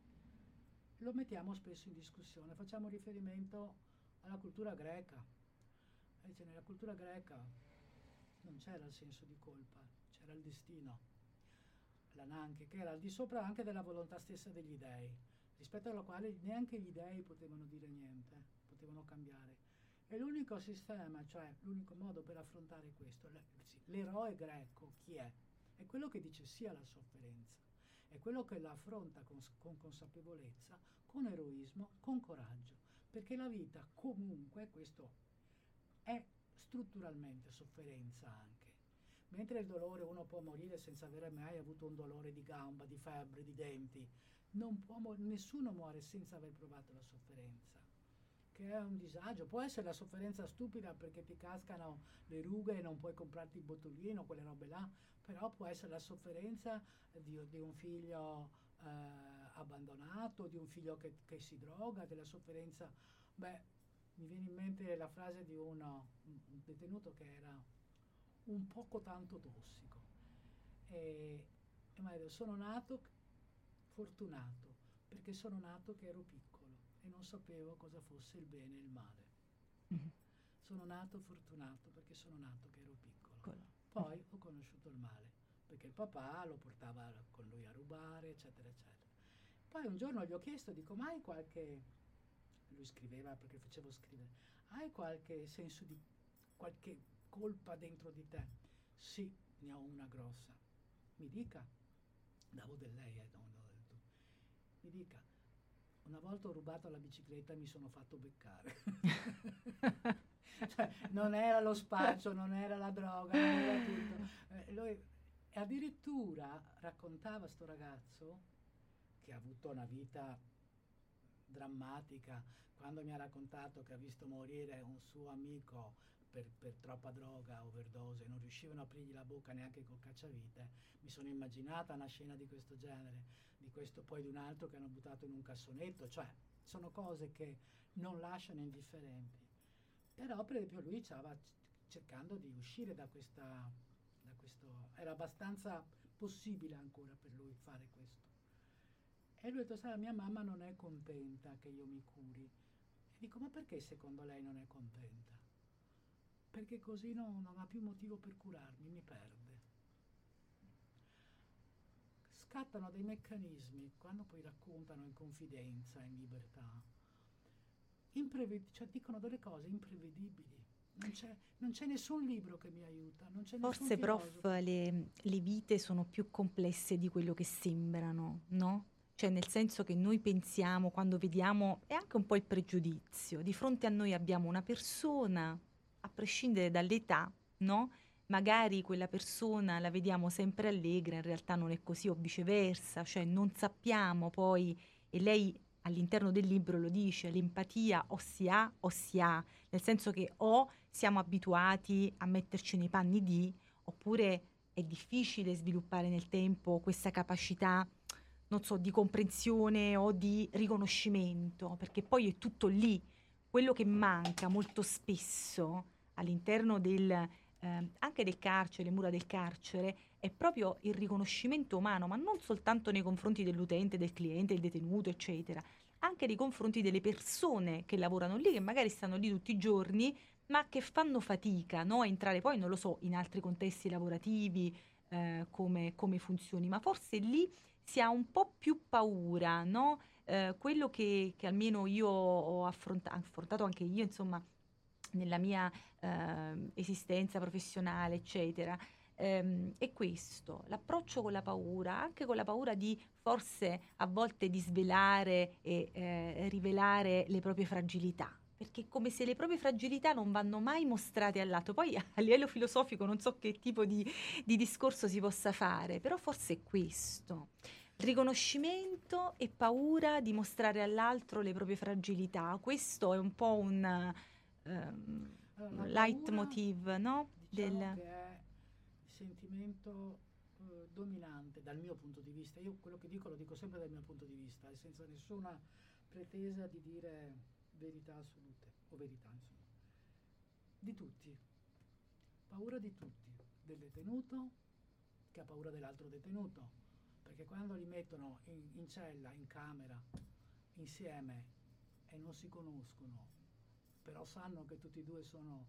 lo mettiamo spesso in discussione. Facciamo riferimento alla cultura greca. Invece nella cultura greca non c'era il senso di colpa, c'era il destino, l'ananche, che era al di sopra anche della volontà stessa degli dei, rispetto alla quale neanche gli dei potevano dire niente, potevano cambiare. E l'unico sistema, cioè l'unico modo per affrontare questo, l'eroe greco, chi è? È quello che dice sì alla sofferenza, è quello che la affronta con, con consapevolezza, con eroismo, con coraggio, perché la vita comunque, questo è strutturalmente sofferenza anche. Mentre il dolore uno può morire senza avere mai avuto un dolore di gamba, di febbre, di denti, non può mo- nessuno muore senza aver provato la sofferenza, che è un disagio. Può essere la sofferenza stupida perché ti cascano le rughe e non puoi comprarti il bottiglino, quelle robe là, però può essere la sofferenza di, di un figlio eh, abbandonato, di un figlio che, che si droga, della sofferenza. Beh, mi viene in mente la frase di uno, un detenuto che era un poco tanto tossico e, e mi ha detto: sono nato fortunato perché sono nato che ero piccolo e non sapevo cosa fosse il bene e il male. Mm-hmm. Sono nato fortunato perché sono nato che ero piccolo. Poi ho conosciuto il male perché il papà lo portava con lui a rubare, eccetera, eccetera. Poi un giorno gli ho chiesto, dico, ma hai qualche... Lui scriveva perché facevo scrivere. Hai qualche senso di... qualche colpa dentro di te? Sì, ne ho una grossa. Mi dica. Davo del lei, eh, non do del tu. Mi dica. Una volta ho rubato la bicicletta e mi sono fatto beccare. Cioè, non era lo spaccio, non era la droga, non era tutto. Eh, lui, e addirittura raccontava sto ragazzo che ha avuto una vita drammatica, quando mi ha raccontato che ha visto morire un suo amico per, per troppa droga, overdose, non riuscivano a aprirgli la bocca neanche col cacciavite. Mi sono immaginata una scena di questo genere, di questo poi di un altro che hanno buttato in un cassonetto, cioè sono cose che non lasciano indifferenti. Però per esempio lui stava cercando di uscire da questa, da questo, era abbastanza possibile ancora per lui fare questo. E lui ha detto: sai, mia mamma non è contenta che io mi curi. E dico: ma perché secondo lei non è contenta? perché così non, non ha più motivo per curarmi, mi perde. Scattano dei meccanismi, quando poi raccontano in confidenza, in libertà, impreved- cioè dicono delle cose imprevedibili. Non c'è, non c'è nessun libro che mi aiuta, non c'è nessun Forse, prof, filosofo. le, le vite sono più complesse di quello che sembrano, no? Cioè, nel senso che noi pensiamo, quando vediamo, è anche un po' il pregiudizio, di fronte a noi abbiamo una persona, a prescindere dall'età, no? Magari quella persona la vediamo sempre allegra, in realtà non è così, o viceversa, cioè non sappiamo poi, e lei all'interno del libro lo dice, l'empatia o si ha o si ha, nel senso che o siamo abituati a metterci nei panni di, oppure è difficile sviluppare nel tempo questa capacità, non so, di comprensione o di riconoscimento, perché poi è tutto lì. Quello che manca molto spesso all'interno del, eh, anche del carcere, le mura del carcere, è proprio il riconoscimento umano, ma non soltanto nei confronti dell'utente, del cliente, del detenuto, eccetera, anche nei confronti delle persone che lavorano lì, che magari stanno lì tutti i giorni, ma che fanno fatica, no, a entrare poi, non lo so, in altri contesti lavorativi, eh, come, come funzioni, ma forse lì si ha un po' più paura, no? Eh, quello che, che almeno io ho affronta- affrontato anche io, insomma, nella mia eh, esistenza professionale, eccetera, ehm, è questo, l'approccio con la paura, anche con la paura di forse a volte di svelare e eh, rivelare le proprie fragilità. Perché è come se le proprie fragilità non vanno mai mostrate all'altro. Poi a livello filosofico non so che tipo di, di discorso si possa fare, però forse è questo. Riconoscimento e paura di mostrare all'altro le proprie fragilità. Questo è un po' un um, Allora, la paura, leitmotiv, no? diciamo Del... che è il sentimento eh, dominante dal mio punto di vista. Io quello che dico lo dico sempre dal mio punto di vista e senza nessuna pretesa di dire verità assolute o verità, insomma. Di tutti. Paura di tutti. Del detenuto che ha paura dell'altro detenuto. Perché quando li mettono in, in cella, in camera, insieme e non si conoscono, però sanno che tutti e due sono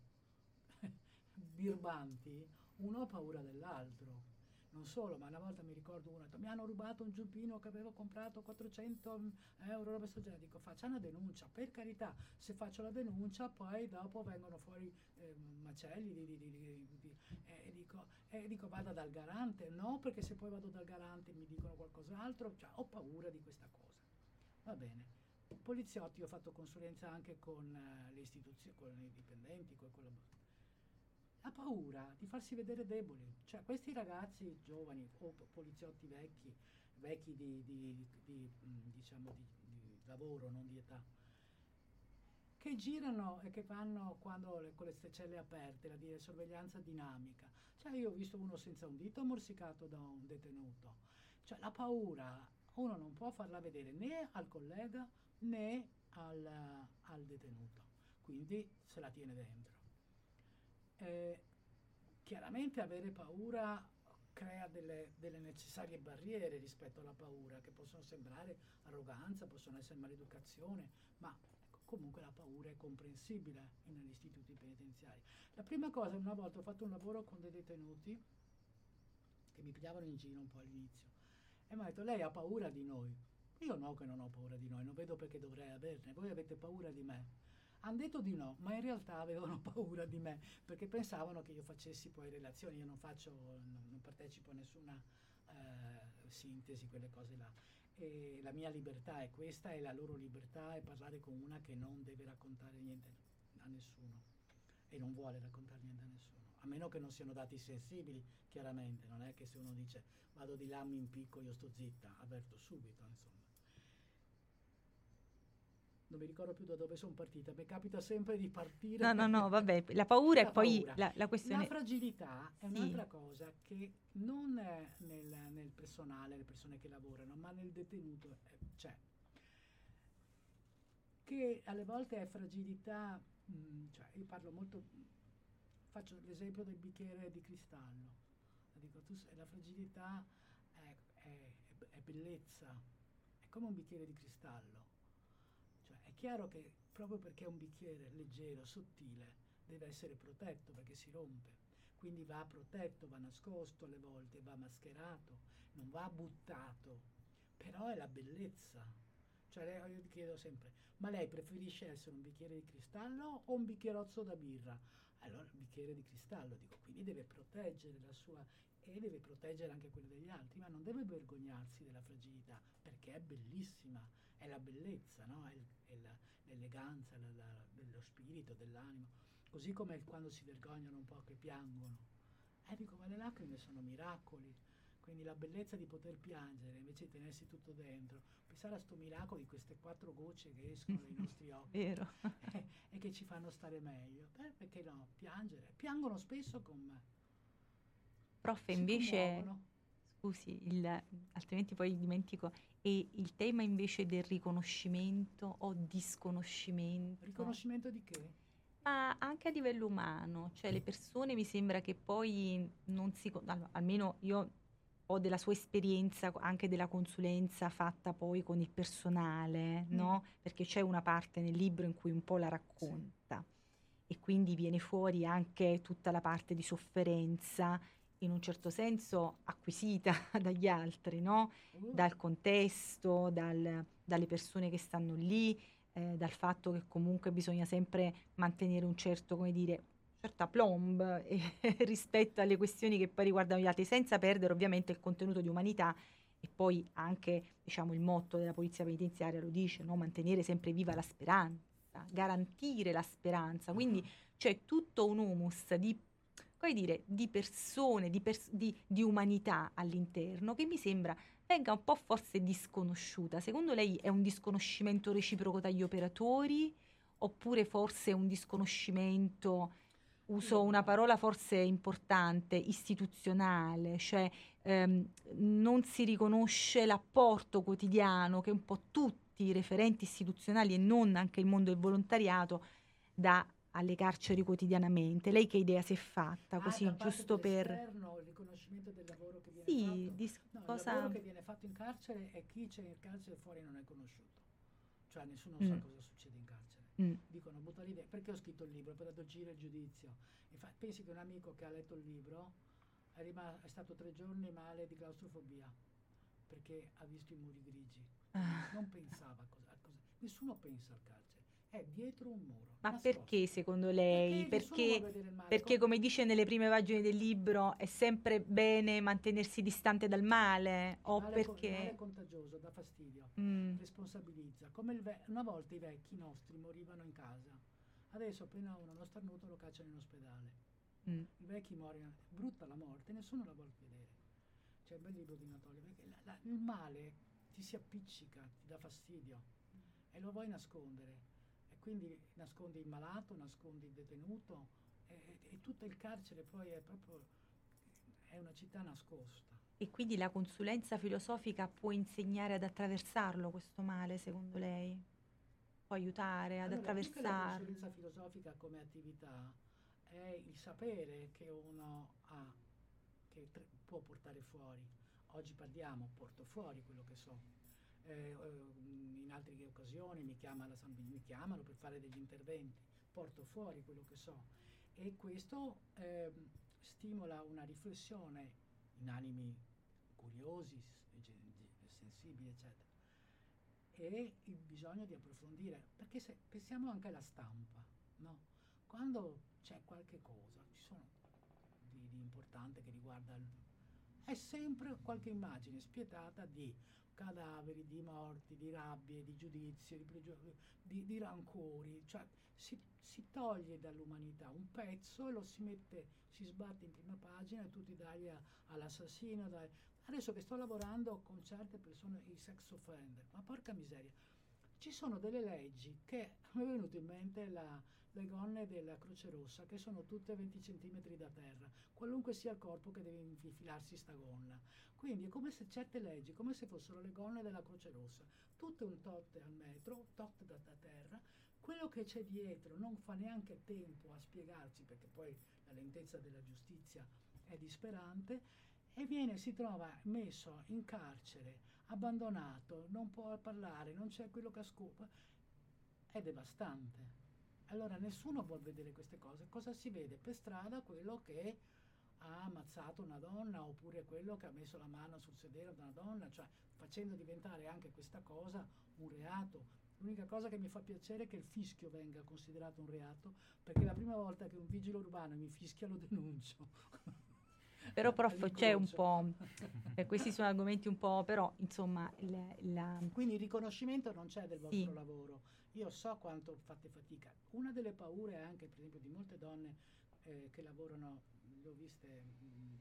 birbanti, uno ha paura dell'altro. Non solo, ma una volta mi ricordo uno, mi hanno rubato un giubbino che avevo comprato quattrocento euro, roba sto genere. Dico, faccia una denuncia, per carità, se faccio la denuncia poi dopo vengono fuori eh, macelli di, di, di, di, di, e, dico, e dico vada dal garante, no, perché se poi vado dal garante mi dicono qualcos'altro, cioè ho paura di questa cosa. Va bene. Poliziotti, ho fatto consulenza anche con uh, le istituzioni, con i dipendenti, con i collaboratori. Ha paura di farsi vedere deboli. Cioè questi ragazzi giovani o poliziotti vecchi, vecchi di, di, di, di, diciamo di, di lavoro, non di età, che girano e che fanno quando le, con le celle aperte, la dire sorveglianza dinamica. Cioè io ho visto uno senza un dito morsicato da un detenuto. Cioè la paura uno non può farla vedere né al collega né al, al detenuto, quindi se la tiene dentro. Eh, chiaramente avere paura crea delle, delle necessarie barriere rispetto alla paura, che possono sembrare arroganza, possono essere maleducazione, ma ecco, comunque la paura è comprensibile negli istituti penitenziari. La prima cosa, una volta ho fatto un lavoro con dei detenuti che mi pigliavano in giro un po' all'inizio e mi ha detto, lei ha paura di noi? Io no che non ho paura di noi, non vedo perché dovrei averne, voi avete paura di me. Hanno detto di no, ma in realtà avevano paura di me, perché pensavano che io facessi poi relazioni, io non faccio, non, non partecipo a nessuna eh, sintesi, quelle cose là. E la mia libertà è questa e la loro libertà è parlare con una che non deve raccontare niente a nessuno e non vuole raccontare niente a nessuno, a meno che non siano dati sensibili, chiaramente, non è che se uno dice vado di là, mi impicco, io sto zitta, avverto subito, insomma. Non mi ricordo più da dove sono partita, mi capita sempre di partire. No, no, no, vabbè, la paura la e poi paura. la, la questione... La fragilità è sì. un'altra cosa che non è nel, nel personale, le persone che lavorano, ma nel detenuto c'è. Che alle volte è fragilità, mh, cioè io parlo molto, faccio l'esempio del bicchiere di cristallo. Dico, tu sei, la fragilità è, è, è bellezza, è come un bicchiere di cristallo. Cioè, è chiaro che proprio perché è un bicchiere leggero, sottile, deve essere protetto perché si rompe, quindi va protetto, va nascosto alle volte, va mascherato, non va buttato, però è la bellezza. Cioè lei, io ti chiedo sempre, ma lei preferisce essere un bicchiere di cristallo o un bicchierozzo da birra? Allora il bicchiere di cristallo, dico, quindi deve proteggere la sua, e deve proteggere anche quello degli altri, ma non deve vergognarsi della fragilità, perché è bellissima, è la bellezza, no? È, il, è la, l'eleganza la, la, dello spirito, dell'animo, così come il, quando si vergognano un po' che piangono. Eh, dico, ma le lacrime sono miracoli, quindi la bellezza di poter piangere invece di tenersi tutto dentro, pensare a sto miracolo di queste quattro gocce che escono dai nostri occhi Vero. eh, e che ci fanno stare meglio. Eh, perché no? Piangere. Piangono spesso con me. Prof, Si invece, commuovono. scusi, il, altrimenti poi dimentico, e il tema invece del riconoscimento o disconoscimento? Riconoscimento di che? Ma anche a livello umano, cioè le persone mi sembra che poi non si, co- allo- almeno io ho della sua esperienza co- anche della consulenza fatta poi con il personale, Mm. no? Perché c'è una parte nel libro in cui un po' la racconta e quindi viene fuori anche tutta la parte di sofferenza, in un certo senso acquisita dagli altri, no? Uh, Dal contesto, dal- dalle persone che stanno lì, eh, dal fatto che comunque bisogna sempre mantenere un certo, come dire, certa aplomb eh, rispetto alle questioni che poi riguardano gli altri, senza perdere ovviamente il contenuto di umanità. E poi anche, diciamo, il motto della polizia penitenziaria lo dice, no? Mantenere sempre viva la speranza, garantire la speranza. Quindi c'è tutto un humus di, come dire, di persone, di, pers- di, di umanità all'interno che mi sembra venga un po' forse disconosciuta. Secondo lei è un disconoscimento reciproco tra gli operatori oppure forse un disconoscimento, uso una allora, parola forse importante, istituzionale, cioè ehm, non si riconosce l'apporto quotidiano che un po' tutti i referenti istituzionali e non anche il mondo del volontariato dà alle carceri quotidianamente. Lei che idea si è fatta, ah, così da parte giusto per... dell'esterno il riconoscimento del lavoro che viene Sì, fatto. di No, il cosa... lavoro che viene fatto in carcere è chi c'è in carcere fuori non è conosciuto. Cioè nessuno Mm. sa cosa succede in carcere. Mm. Dicono, butta l'idea, perché ho scritto il libro? Per addolcire il giudizio. Infatti, pensi che un amico che ha letto il libro è, rimasto, è stato tre giorni male di claustrofobia perché ha visto i muri grigi. Ah. Non pensava a cosa, a cosa. Nessuno pensa al carcere, è dietro un muro. Ma nascosto. perché secondo lei? Perché nessuno vuole Perché, vedere il male. perché Com- come dice nelle prime pagine del libro è sempre bene mantenersi distante dal male? il, O male co- il male è perché... contagioso, dà fastidio, Mm, responsabilizza. Come il ve- una volta i vecchi nostri morivano in casa, adesso appena uno lo starnuto lo cacciano in ospedale. mm. I vecchi muoiono, brutta la morte, nessuno la vuole vedere. C'è un bel libro di Natale, perché la- la- il male ti si appiccica, ti dà fastidio e lo vuoi nascondere. E quindi nascondi il malato, nascondi il detenuto e, e- e tutto il carcere poi è proprio è una città nascosta. E quindi la consulenza filosofica può insegnare ad attraversarlo questo male, secondo lei? Può aiutare ad Allora, più che la attraversarlo? consulenza filosofica come attività è il sapere che uno ha, che tr- può portare fuori. Oggi parliamo, porto fuori quello che so. Eh, eh, in altre occasioni mi, chiama la San- mi chiamano per fare degli interventi, porto fuori quello che so. E questo ehm, stimola una riflessione in animi curiosi, s- ge- ge- sensibili, eccetera. E il bisogno di approfondire, perché se pensiamo anche alla stampa, no? Quando c'è qualche cosa, ci sono di, di importante che riguarda il, è sempre qualche immagine spietata di cadaveri, di morti, di rabbie, di giudizi, di, pregio- di, di rancori, cioè si, si toglie dall'umanità un pezzo e lo si mette, si sbatte in prima pagina e tu ti dai a- all'assassino. Dai. Adesso che sto lavorando con certe persone, i sex offender, ma porca miseria, ci sono delle leggi che mi è venuto in mente la, le gonne della Croce Rossa che sono tutte venti centimetri da terra, qualunque sia il corpo che deve infilarsi sta gonna. Quindi è come se certe leggi, come se fossero le gonne della Croce Rossa, tutte un tot al metro, tot da, da terra, quello che c'è dietro non fa neanche tempo a spiegarci perché poi la lentezza della giustizia è disperante e viene, si trova messo in carcere, abbandonato, non può parlare, non c'è quello che scopa, è devastante. Allora nessuno vuol vedere queste cose. Cosa si vede? Per strada quello che ha ammazzato una donna, oppure quello che ha messo la mano sul sedere di una donna, cioè facendo diventare anche questa cosa un reato. L'unica cosa che mi fa piacere è che il fischio venga considerato un reato, perché la prima volta che un vigile urbano mi fischia lo denuncio. Però prof c'è un po', eh, questi sono argomenti un po', però insomma la, la... Quindi il riconoscimento non c'è del vostro sì. lavoro. Io so quanto fate fatica. Una delle paure anche per esempio di molte donne eh, che lavorano, le ho viste, mh,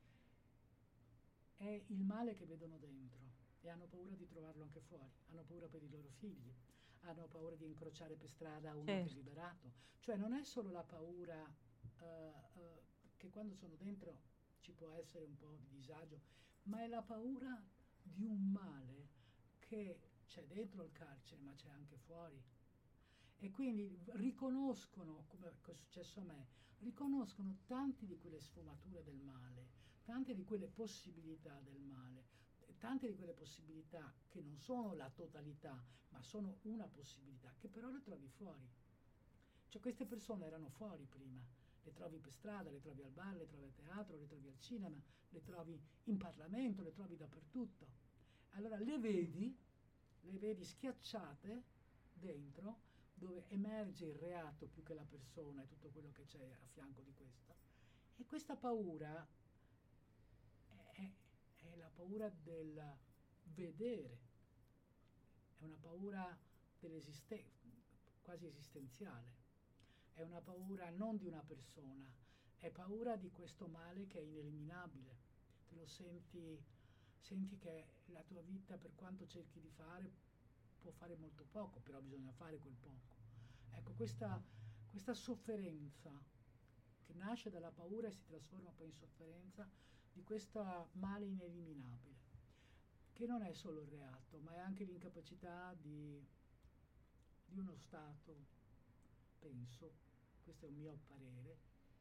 è il male che vedono dentro e hanno paura di trovarlo anche fuori, hanno paura per i loro figli, hanno paura di incrociare per strada uno certo. che è liberato. Cioè non è solo la paura uh, uh, che quando sono dentro ci può essere un po' di disagio, ma è la paura di un male che c'è dentro il carcere ma c'è anche fuori. E quindi riconoscono, come è successo a me, riconoscono tante di quelle sfumature del male, tante di quelle possibilità del male, tante di quelle possibilità che non sono la totalità, ma sono una possibilità, che però le trovi fuori. Cioè queste persone erano fuori prima, le trovi per strada, le trovi al bar, le trovi al teatro, le trovi al cinema, le trovi in Parlamento, le trovi dappertutto. Allora le vedi, le vedi schiacciate dentro, dove emerge il reato più che la persona e tutto quello che c'è a fianco di questo. E questa paura è, è la paura del vedere, è una paura dell'esistenza, quasi esistenziale, è una paura non di una persona, è paura di questo male che è ineliminabile. Te lo senti, senti che la tua vita, per quanto cerchi di fare, può fare molto poco, però bisogna fare quel poco. Ecco, questa, questa sofferenza che nasce dalla paura e si trasforma poi in sofferenza di questo male ineliminabile, che non è solo il reato, ma è anche l'incapacità di, di uno Stato, penso, questo è un mio parere,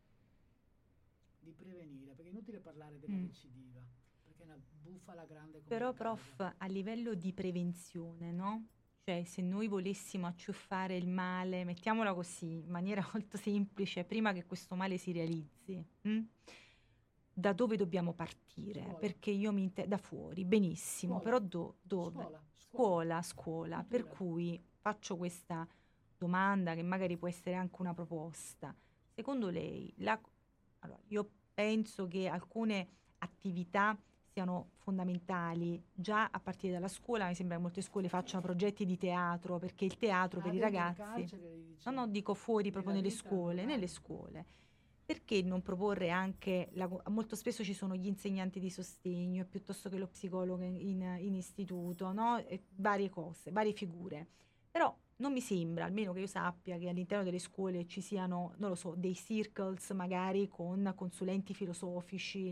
di prevenire, perché è inutile parlare della Mm. recidiva, perché è una bufala grande come Però la casa. prof, a livello di prevenzione, no? Cioè se noi volessimo acciuffare il male, mettiamola così, in maniera molto semplice, prima che questo male si realizzi, mh? Da dove dobbiamo partire? Scuola. Perché io mi inter- da fuori, benissimo, Scuola. però do- dove? Scuola, Scuola, scuola. Per Cultura. cui faccio questa domanda che magari può essere anche una proposta. Secondo lei, la... allora, io penso che alcune attività siano fondamentali già a partire dalla scuola. Mi sembra che molte scuole facciano progetti di teatro, perché il teatro Ah, per i dentro il ragazzi, carcere, lei dice? no no dico fuori, proprio Nella nelle vita scuole, normale. nelle scuole. Perché non proporre anche, la, molto spesso ci sono gli insegnanti di sostegno piuttosto che lo psicologo in, in istituto, no? E varie cose, varie figure. Però non mi sembra, almeno che io sappia, che all'interno delle scuole ci siano, non lo so, dei circles magari con consulenti filosofici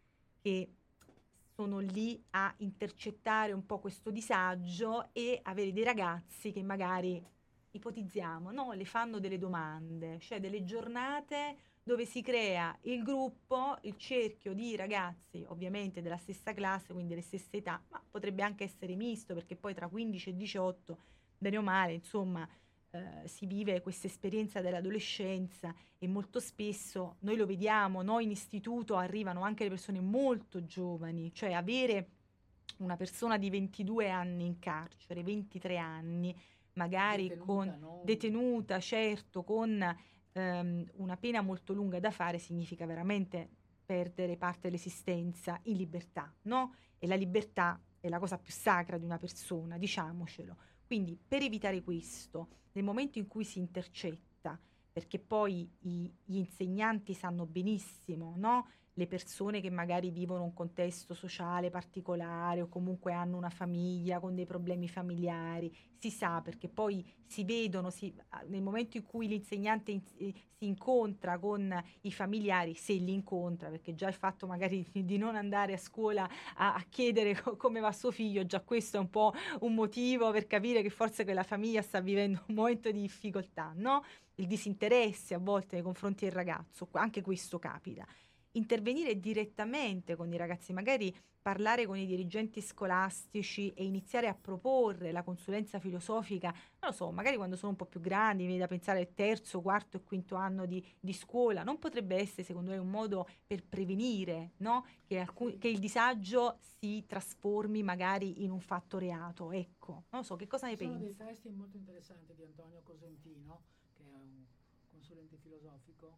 che sono lì a intercettare un po' questo disagio e avere dei ragazzi che magari, ipotizziamo, no? Le fanno delle domande, cioè delle giornate dove si crea il gruppo, il cerchio di ragazzi, ovviamente della stessa classe, quindi delle stesse età, ma potrebbe anche essere misto, perché poi tra quindici e diciotto, bene o male, insomma, eh, si vive questa esperienza dell'adolescenza e molto spesso noi lo vediamo, noi in istituto arrivano anche le persone molto giovani, cioè avere una persona di ventidue anni in carcere, ventitré anni, magari Detenuta, con non- detenuta, certo, con ehm, una pena molto lunga da fare, significa veramente perdere parte dell'esistenza in libertà, no? E la libertà è la cosa più sacra di una persona, diciamocelo. Quindi per evitare questo, nel momento in cui si intercetta, perché poi i, gli insegnanti sanno benissimo, no? Le persone che magari vivono un contesto sociale particolare o comunque hanno una famiglia con dei problemi familiari, si sa, perché poi si vedono, si, nel momento in cui l'insegnante in, eh, si incontra con i familiari, se li incontra, perché già il fatto magari di, di non andare a scuola a, a chiedere co- come va suo figlio, già questo è un po' un motivo per capire che forse quella famiglia sta vivendo un momento di difficoltà, no? Il disinteresse a volte nei confronti del ragazzo, anche questo capita. intervenire direttamente con i ragazzi, magari parlare con i dirigenti scolastici e iniziare a proporre la consulenza filosofica, non lo so, magari quando sono un po' più grandi, mi viene da pensare al terzo, quarto e quinto anno di, di scuola, non potrebbe essere secondo lei un modo per prevenire, no? Che, alcun, che il disagio si trasformi magari in un fatto reato, ecco, non lo so, che cosa ne Ci sono pensi? dei testi molto interessanti di Antonio Cosentino, che è un consulente filosofico,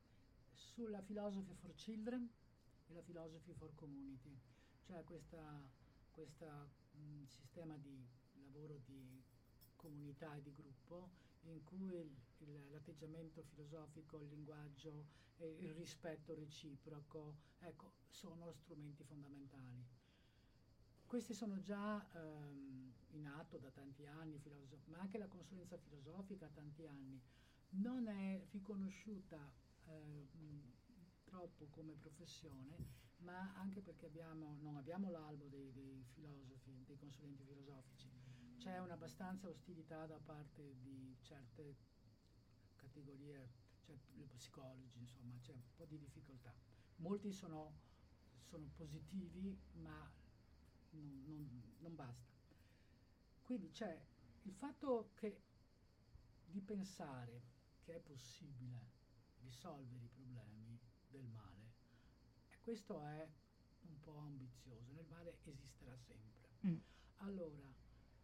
sulla Philosophy for Children e la Philosophy for Community, cioè questa, questa mh, sistema di lavoro di comunità e di gruppo in cui il, il, l'atteggiamento filosofico, il linguaggio e il rispetto reciproco, ecco, sono strumenti fondamentali. Questi sono già ehm, in atto da tanti anni, filosof- ma anche la consulenza filosofica da tanti anni non è riconosciuta eh, mh, troppo come professione, ma anche perché abbiamo, non abbiamo l'albo dei, dei filosofi, dei consulenti filosofici. C'è un'abbastanza ostilità da parte di certe categorie, cioè gli psicologi, insomma, c'è un po' di difficoltà. Molti sono, sono positivi, ma non, non, non basta. Quindi c'è il fatto che di pensare che è possibile risolvere i problemi del male, e questo è un po' ambizioso, nel male esisterà sempre. Mm. Allora,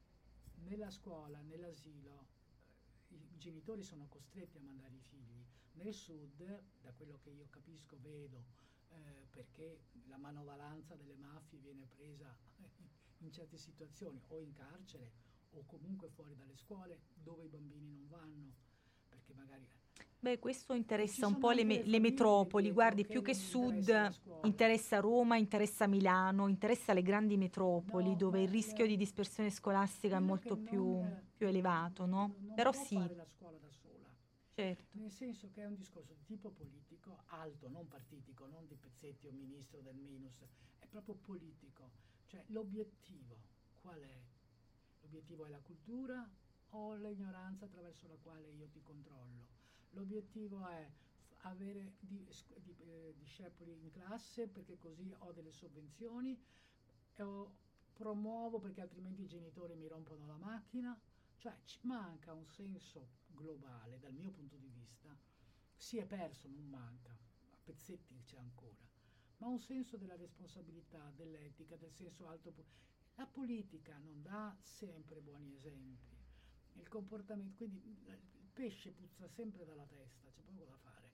nella scuola, nell'asilo, eh, i genitori sono costretti a mandare i figli. Nel sud, da quello che io capisco, vedo, eh, perché la manovalanza delle mafie viene presa in certe situazioni, o in carcere, o comunque fuori dalle scuole, dove i bambini non vanno, perché magari... Beh, questo ci interessa un sono po' le, anche me- le le famiglie metropoli, dietro guardi, che più che non interessa la sud, scuola. interessa Roma, interessa Milano, interessa le grandi metropoli, No, dove ma il rischio le- di dispersione scolastica è quello che molto non, più, eh, più elevato, no? non Però può sì, fare la scuola da sola, certo. nel senso che è un discorso di tipo politico, alto, non partitico, non di Pezzetti o ministro del Minus, è proprio politico. Cioè l'obiettivo qual è? L'obiettivo è la cultura o l'ignoranza attraverso la quale io ti controllo? L'obiettivo è f- avere di- sc- di- eh, discepoli in classe perché così ho delle sovvenzioni, e o promuovo perché altrimenti i genitori mi rompono la macchina. Cioè ci manca un senso globale dal mio punto di vista, si è perso, non manca, a pezzetti c'è ancora, ma un senso della responsabilità, dell'etica, del senso alto. po- La politica non dà sempre buoni esempi, il comportamento, quindi il il pesce puzza sempre dalla testa, c'è poco da fare.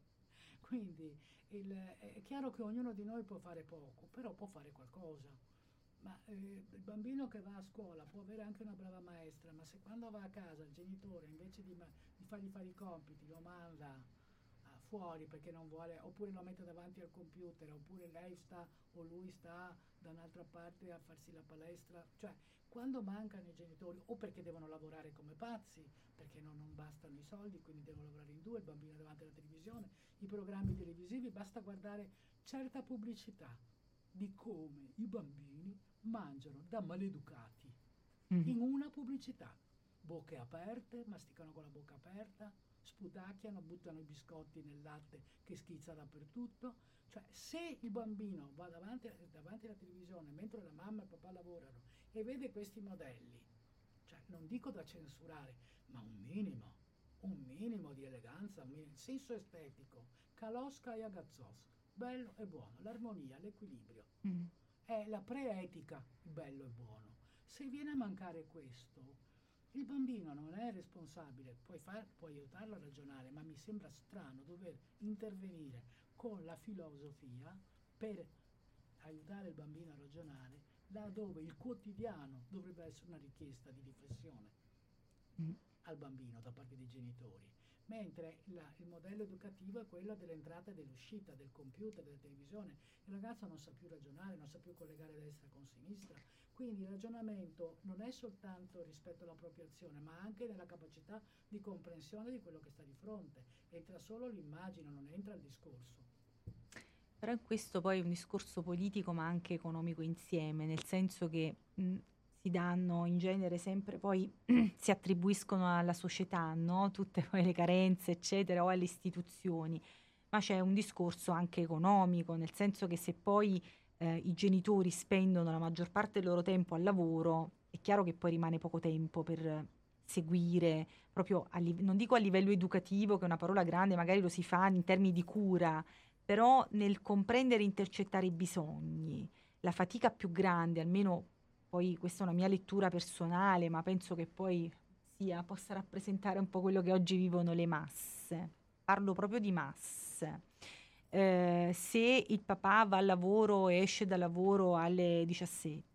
Quindi il- è chiaro che ognuno di noi può fare poco, però può fare qualcosa. Ma eh, il bambino che va a scuola può avere anche una brava maestra, ma se quando va a casa il genitore invece di, ma- di fargli fare i compiti lo manda ah, fuori perché non vuole, oppure lo mette davanti al computer, oppure lei sta o lui sta da un'altra parte a farsi la palestra, cioè quando mancano i genitori o perché devono lavorare come pazzi, perché non, non bastano i soldi, quindi devono lavorare in due, il bambino è davanti alla televisione, i programmi televisivi, basta guardare certa pubblicità di come i bambini mangiano da maleducati Mhm. in una pubblicità. Bocche aperte, masticano con la bocca aperta, sputacchiano, buttano i biscotti nel latte che schizza dappertutto. Cioè, se il bambino va davanti, davanti alla televisione mentre la mamma e il papà lavorano e vede questi modelli, cioè, non dico da censurare, ma un minimo, un minimo di eleganza, un minimo, senso estetico, Kaloska e Agazzos, bello e buono, l'armonia, l'equilibrio, Mm. è la pre-etica, bello e buono. Se viene a mancare questo, il bambino non è responsabile, puoi, far, puoi aiutarlo a ragionare, ma mi sembra strano dover intervenire con la filosofia per aiutare il bambino a ragionare, laddove il quotidiano dovrebbe essere una richiesta di riflessione Mm. al bambino da parte dei genitori, mentre la, il modello educativo è quello dell'entrata e dell'uscita, del computer, della televisione. Il ragazzo non sa più ragionare, non sa più collegare destra con sinistra, quindi il ragionamento non è soltanto rispetto alla propria azione, ma anche nella capacità di comprensione di quello che sta di fronte. Entra solo l'immagine, non entra il discorso. Però in questo poi è un discorso politico ma anche economico insieme, nel senso che mh, si danno in genere sempre poi si attribuiscono alla società, no? Tutte poi le carenze, eccetera, o alle istituzioni. ma c'è un discorso anche economico, nel senso che se poi eh, i genitori spendono la maggior parte del loro tempo al lavoro, è chiaro che poi rimane poco tempo per seguire, proprio a liv- non dico a livello educativo, che è una parola grande, magari lo si fa in termini di cura, però nel comprendere e intercettare i bisogni. La fatica più grande, almeno poi questa è una mia lettura personale, ma penso che poi sia, possa rappresentare un po' quello che oggi vivono le masse. Parlo proprio di masse. Eh, se il papà va al lavoro e esce dal lavoro alle diciassette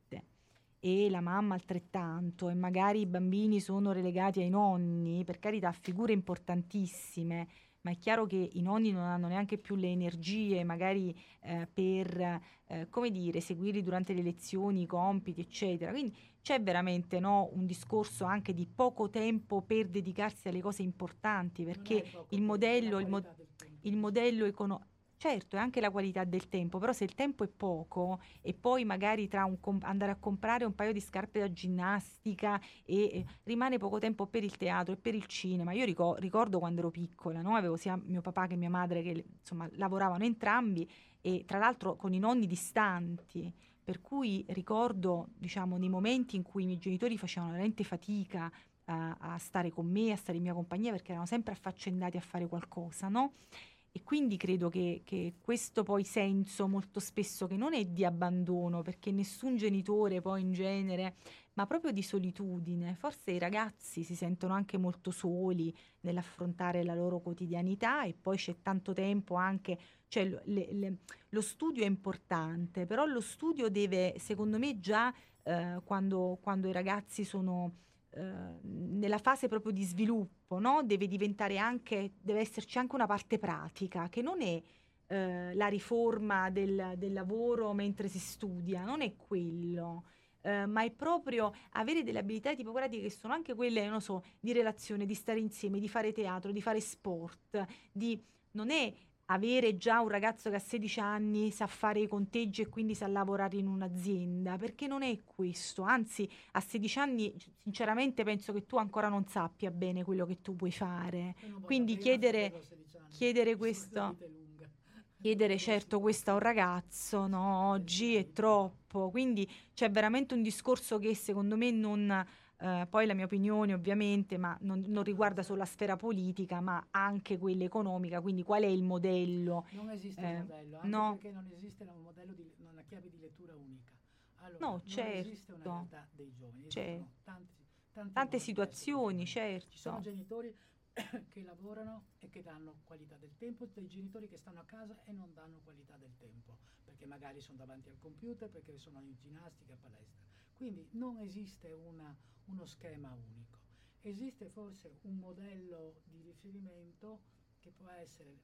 e la mamma altrettanto, e magari i bambini sono relegati ai nonni, per carità, figure importantissime, ma è chiaro che i nonni non hanno neanche più le energie magari eh, per, eh, come dire, seguirli durante le lezioni, i compiti, eccetera. Quindi c'è veramente, no, un discorso anche di poco tempo per dedicarsi alle cose importanti, Non è perché poco il tempo, è la modello, il, mo- qualità del tempo. il modello economico, certo, è anche la qualità del tempo, però se il tempo è poco e poi magari tra un com- andare a comprare un paio di scarpe da ginnastica e, e rimane poco tempo per il teatro e per il cinema. Io ricor- ricordo quando ero piccola, no? Avevo sia mio papà che mia madre che insomma lavoravano entrambi e tra l'altro con i nonni distanti. Per cui ricordo, diciamo, nei momenti in cui i miei genitori facevano veramente fatica a, a stare con me, a stare in mia compagnia, perché erano sempre affaccendati a fare qualcosa, no? E quindi credo che, che questo poi senso molto spesso che non è di abbandono, perché nessun genitore poi in genere, ma proprio di solitudine. Forse i ragazzi si sentono anche molto soli nell'affrontare la loro quotidianità e poi c'è tanto tempo anche, cioè lo, le- le- lo studio è importante, però lo studio deve, secondo me, già eh, quando, quando i ragazzi sono eh, nella fase proprio di sviluppo, no? Deve diventare anche, deve esserci anche una parte pratica, che non è eh, la riforma del, del lavoro mentre si studia, non è quello. Eh, ma è proprio avere delle abilità tipo pratiche che sono anche quelle, non so, di relazione, di stare insieme, di fare teatro, di fare sport, di non è avere già un ragazzo che a sedici anni sa fare i conteggi e quindi sa lavorare in un'azienda, perché non è questo, anzi a sedici anni sinceramente penso che tu ancora non sappia bene quello che tu puoi fare. Io non voglio, Quindi io non chiedere, sapevo a sedici anni, chiedere visto che la questo, vita è lunga. chiedere certo questo a un ragazzo, no, oggi è troppo. Quindi c'è veramente un discorso che secondo me non, eh, poi la mia opinione ovviamente, ma non, non riguarda solo la sfera politica, ma anche quella economica. Quindi qual è il modello? Non esiste un Eh, modello, anche no, perché non esiste un modello di una chiave di lettura unica. Allora, no, non esiste una certo, realtà dei giovani, c'è esistono tanti, tanti tante modi di essere situazioni, giovani. Ci sono certo. genitori che lavorano e che danno qualità del tempo, dei genitori che stanno a casa e non danno qualità del tempo, perché magari sono davanti al computer, perché sono in ginnastica, a palestra. Quindi non esiste una, uno schema unico. Esiste forse un modello di riferimento che può essere,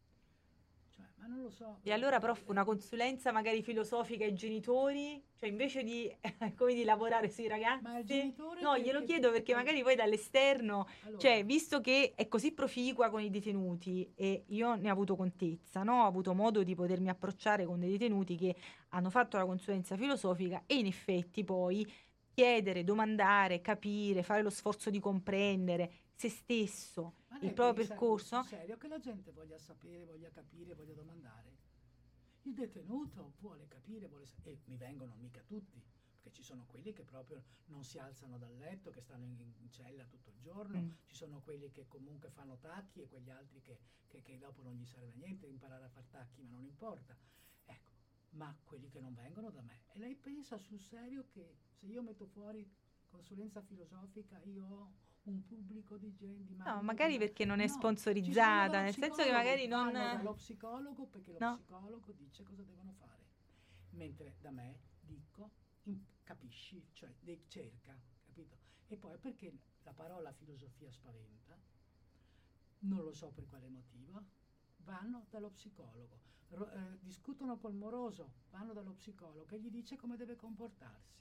cioè, ma non lo so. E allora, eh, prof, una eh, consulenza magari filosofica ai genitori, cioè invece di, come di lavorare sui ma il ragazzi, genitore no, che, glielo che, chiedo che, perché che magari poi dall'esterno, allora, cioè, visto che è così proficua con i detenuti e io ne ho avuto contezza, no? Ho avuto modo di potermi approcciare con dei detenuti che hanno fatto la consulenza filosofica e in effetti poi chiedere, domandare, capire, fare lo sforzo di comprendere se stesso, ma il lei proprio pensa sul percorso. serio che la gente voglia sapere, voglia capire, voglia domandare? Il detenuto vuole capire, vuole sa- e mi vengono mica tutti, perché ci sono quelli che proprio non si alzano dal letto, che stanno in, in cella tutto il giorno, Mm. ci sono quelli che comunque fanno tacchi e quegli altri che, che, che dopo non gli serve a niente imparare a far tacchi, ma non importa. Ecco, ma quelli che non vengono da me. E lei pensa sul serio che se io metto fuori consulenza filosofica io ho un pubblico di gente, di No, mamme, di magari ma- perché non è no, ci vanno sponsorizzata, dallo nel senso che psicologo, magari non... vanno dallo psicologo perché lo No, psicologo dice cosa devono fare. Mentre da me dico, in- capisci, cioè de- cerca, capito? E poi perché la parola filosofia spaventa, non lo so per quale motivo, vanno dallo psicologo, Ro- eh, discutono col moroso, vanno dallo psicologo che gli dice come deve comportarsi.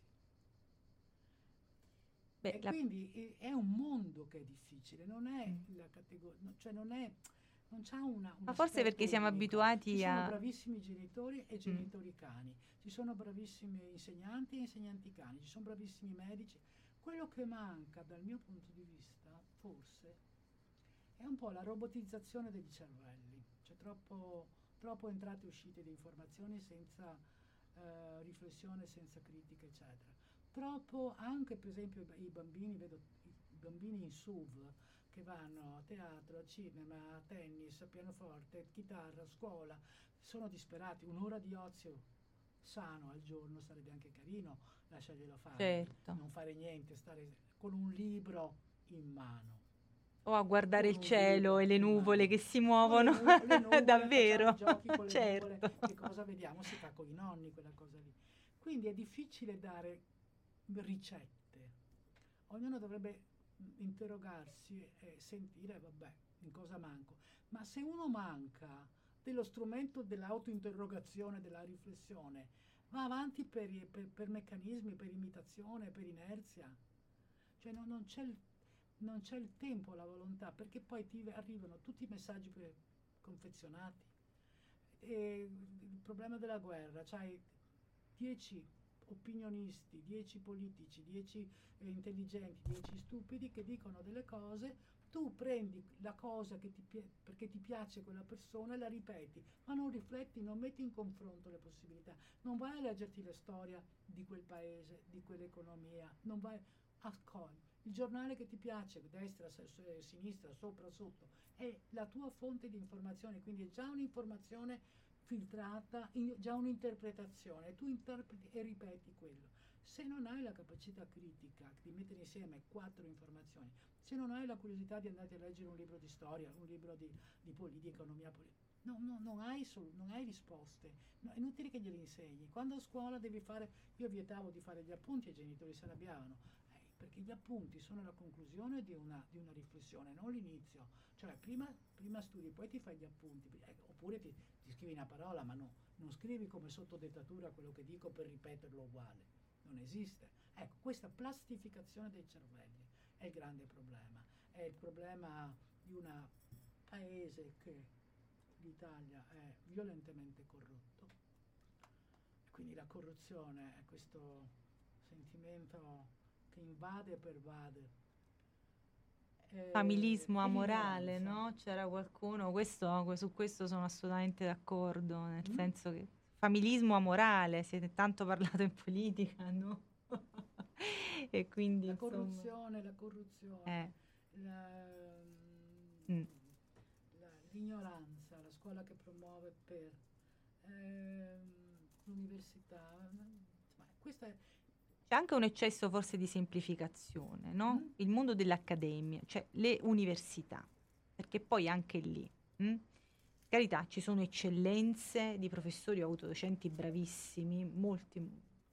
beh, E la- quindi eh, è un mondo che è difficile, non è mm. la categoria, no, cioè non è, non c'ha una, un Ma forse aspetto perché siamo unico. Ci abituati sono a... bravissimi genitori e Mm. genitori cani, ci sono bravissimi insegnanti e insegnanti cani, ci sono bravissimi medici. Quello che manca dal mio punto di vista, forse, è un po' la robotizzazione dei cervelli. Cioè troppo, troppo entrate e uscite di informazioni senza eh, riflessione, senza critica, eccetera. Troppo anche, per esempio, i bambini, vedo i bambini in S U V che vanno a teatro, a cinema, a tennis, a pianoforte, chitarra, scuola, sono disperati. Un'ora di ozio sano al giorno sarebbe anche carino, lasciarglielo fare, certo. non fare niente, stare con un libro in mano. O a guardare Con il un cielo libro e le in nuvole mano. che si muovono, O le, nu- le nuvole, davvero, facciamo i giochi con le certo. nuvole, che cosa vediamo? Si fa con i nonni quella cosa lì. Quindi è difficile dare ricette. Ognuno dovrebbe interrogarsi e sentire, vabbè, in cosa manco. Ma se uno manca dello strumento dell'autointerrogazione, della riflessione, va avanti per, per, per meccanismi, per imitazione, per inerzia. Cioè no, non, c'è il, non c'è il tempo, la volontà, perché poi ti arrivano tutti i messaggi pre- confezionati. E il problema della guerra, c'hai dieci opinionisti, dieci politici, dieci eh, intelligenti, dieci stupidi che dicono delle cose, tu prendi la cosa che ti pi- perché ti piace quella persona e la ripeti, ma non rifletti, non metti in confronto le possibilità, non vai a leggerti la storia di quel paese, di quell'economia, non vai, accogli. Il giornale che ti piace, destra, sinistra, sopra, sotto, è la tua fonte di informazione, quindi è già un'informazione filtrata, in, già un'interpretazione, tu interpreti e ripeti quello. Se non hai la capacità critica di mettere insieme quattro informazioni, se non hai la curiosità di andare a leggere un libro di storia, un libro di, di politica, economia, politica, no, no, non, hai sol- non hai risposte, no, è inutile che gliele insegni. Quando a scuola devi fare, io vietavo di fare gli appunti e i genitori si arrabbiavano, eh, perché gli appunti sono la conclusione di una, di una riflessione, non l'inizio. Cioè prima, prima studi, poi ti fai gli appunti, eh, oppure ti, ti scrivi una parola, ma no, non scrivi come sotto dettatura quello che dico per ripeterlo uguale. Non esiste. Ecco, questa plastificazione dei cervelli è il grande problema. È il problema di un paese che l'Italia è violentemente corrotto. Quindi la corruzione è questo sentimento che invade e pervade. Familismo amorale, no? C'era qualcuno, questo, su questo sono assolutamente d'accordo, nel mm. senso che familismo amorale, siete tanto parlato in politica, no? E quindi la insomma, corruzione, la corruzione, eh. la, mm. la, l'ignoranza, la scuola che promuove per ehm, l'università, insomma, questa è. C'è anche un eccesso forse di semplificazione, no? Mm. Il mondo dell'accademia, cioè le università, perché poi anche lì, mh? carità, ci sono eccellenze di professori o autodocenti bravissimi, molti,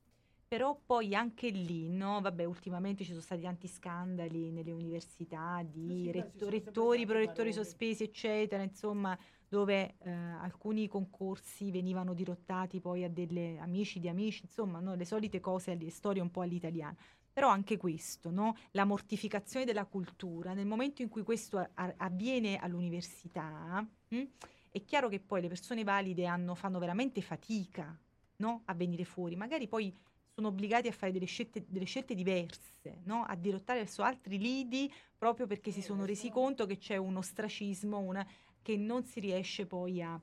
però poi anche lì, no? Vabbè, ultimamente ci sono stati tanti scandali nelle università di sì, retto- beh, rettori, prorettori sospesi, eccetera, insomma, dove eh, alcuni concorsi venivano dirottati poi a delle amici di amici, insomma, no? Le solite cose, le storie un po' all'italiana. Però anche questo, no? La mortificazione della cultura, nel momento in cui questo a- a- avviene all'università, mh? È chiaro che poi le persone valide hanno, fanno veramente fatica, no? A venire fuori, magari poi sono obbligati a fare delle scelte, delle scelte diverse, no? A dirottare verso altri lidi proprio perché si sono resi conto che c'è un ostracismo, una, che non si riesce poi a,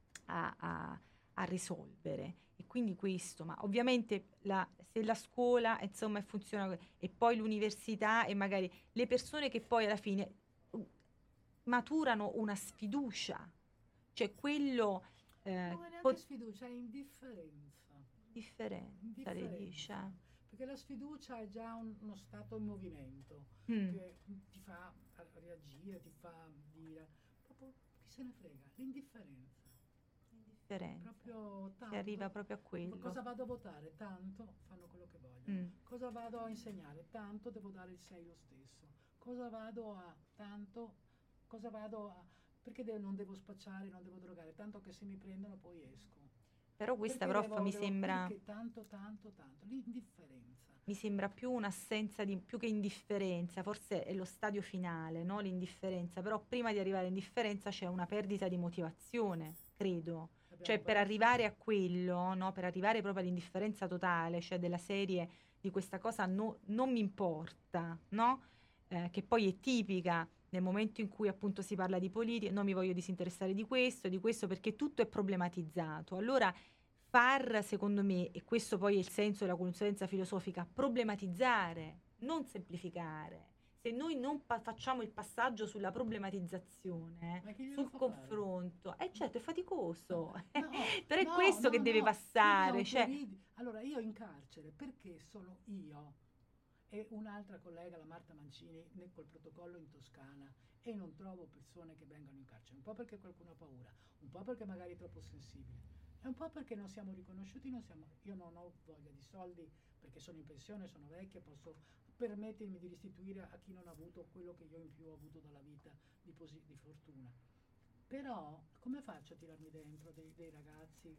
a, a, a risolvere. E quindi questo, ma ovviamente la, se la scuola insomma funziona e poi l'università e magari le persone che poi alla fine uh, maturano una sfiducia, cioè quello... Eh, non è neanche pot- sfiducia, è indifferenza. Indifferenza, indifferenza. Le dice. Perché la sfiducia è già un, uno stato in movimento mm. che ti fa reagire, ti fa dire, proprio chi se ne frega, l'indifferenza. L'indifferenza. Proprio tanto, si arriva proprio a quello. Cosa vado a votare? Tanto, fanno quello che vogliono. Mm. Cosa vado a insegnare? Tanto, devo dare il sei lo stesso. Cosa vado a, tanto, cosa vado a, perché de- non devo spacciare, non devo drogare, tanto che se mi prendono poi esco. Però questa, perché prof, devo, mi devo, sembra... Perché tanto, tanto, tanto, l'indifferenza. Mi sembra più un'assenza di... più che indifferenza, forse è lo stadio finale, no? L'indifferenza, però prima di arrivare all'indifferenza c'è una perdita di motivazione, credo. Abbiamo cioè per arrivare a quello, no? Per arrivare proprio all'indifferenza totale, cioè della serie di questa cosa no, non mi importa, no? Eh, che poi è tipica nel momento in cui appunto si parla di politica, non mi voglio disinteressare di questo, di questo, perché tutto è problematizzato. Allora far, secondo me, e questo poi è il senso della consulenza filosofica, problematizzare, non semplificare. Se noi non pa- facciamo il passaggio sulla problematizzazione, Ma chi glielo sul fa confronto, eh certo è faticoso, No, no, però è no, questo che no, deve no, tu mi passare. Cioè, autorizzi. Allora, io in carcere, perché sono io e un'altra collega, la Marta Mancini, nel, col protocollo in Toscana, e non trovo persone che vengano in carcere, un po' perché qualcuno ha paura, un po' perché magari è troppo sensibile, e un po' perché non siamo riconosciuti, non siamo, io non ho voglia di soldi perché sono in pensione, sono vecchia, posso permettermi di restituire a chi non ha avuto quello che io in più ho avuto dalla vita di, posi- di fortuna. Però come faccio a tirarmi dentro dei, dei ragazzi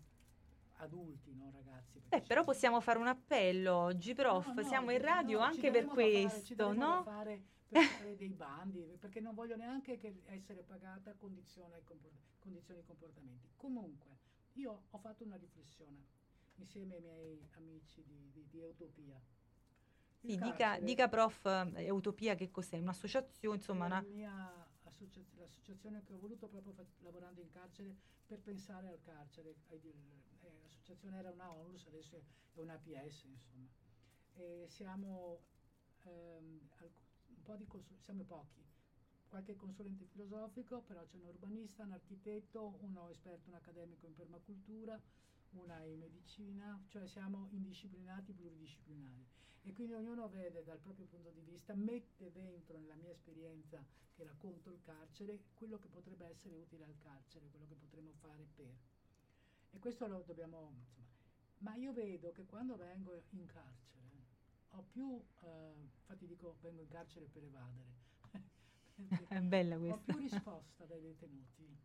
adulti, non ragazzi? beh, Perché però sono... possiamo fare un appello oggi, No, prof. no, Siamo in di- radio no, ci anche per daremo da fare, ci questo, daremo da no? fare per fare dei bandi, perché non voglio neanche che essere pagata a condizione ai comport- condizioni di comportamenti. Comunque, io ho fatto una riflessione insieme ai miei amici di, di, di Utopia. Il Sì, dica, carcere dica prof, eh, Utopia che cos'è? Un'associazione, è insomma, la una... mia associa- l'associazione che ho voluto proprio fa- lavorando in carcere per pensare al carcere. Ai di- eh, l'associazione era una ONLUS, adesso è una A P S, insomma. E siamo ehm, al- un po' di consul- siamo pochi, qualche consulente filosofico, però c'è un urbanista, un architetto, uno esperto, un accademico in permacultura, una in medicina, cioè siamo indisciplinati, pluridisciplinari. E quindi ognuno vede dal proprio punto di vista, mette dentro nella mia esperienza che racconto il carcere, quello che potrebbe essere utile al carcere, quello che potremmo fare per. E questo lo dobbiamo, insomma. Ma io vedo che quando vengo in carcere ho più, eh, infatti dico vengo in carcere per evadere, perché È bella ho questa. più risposta dai detenuti.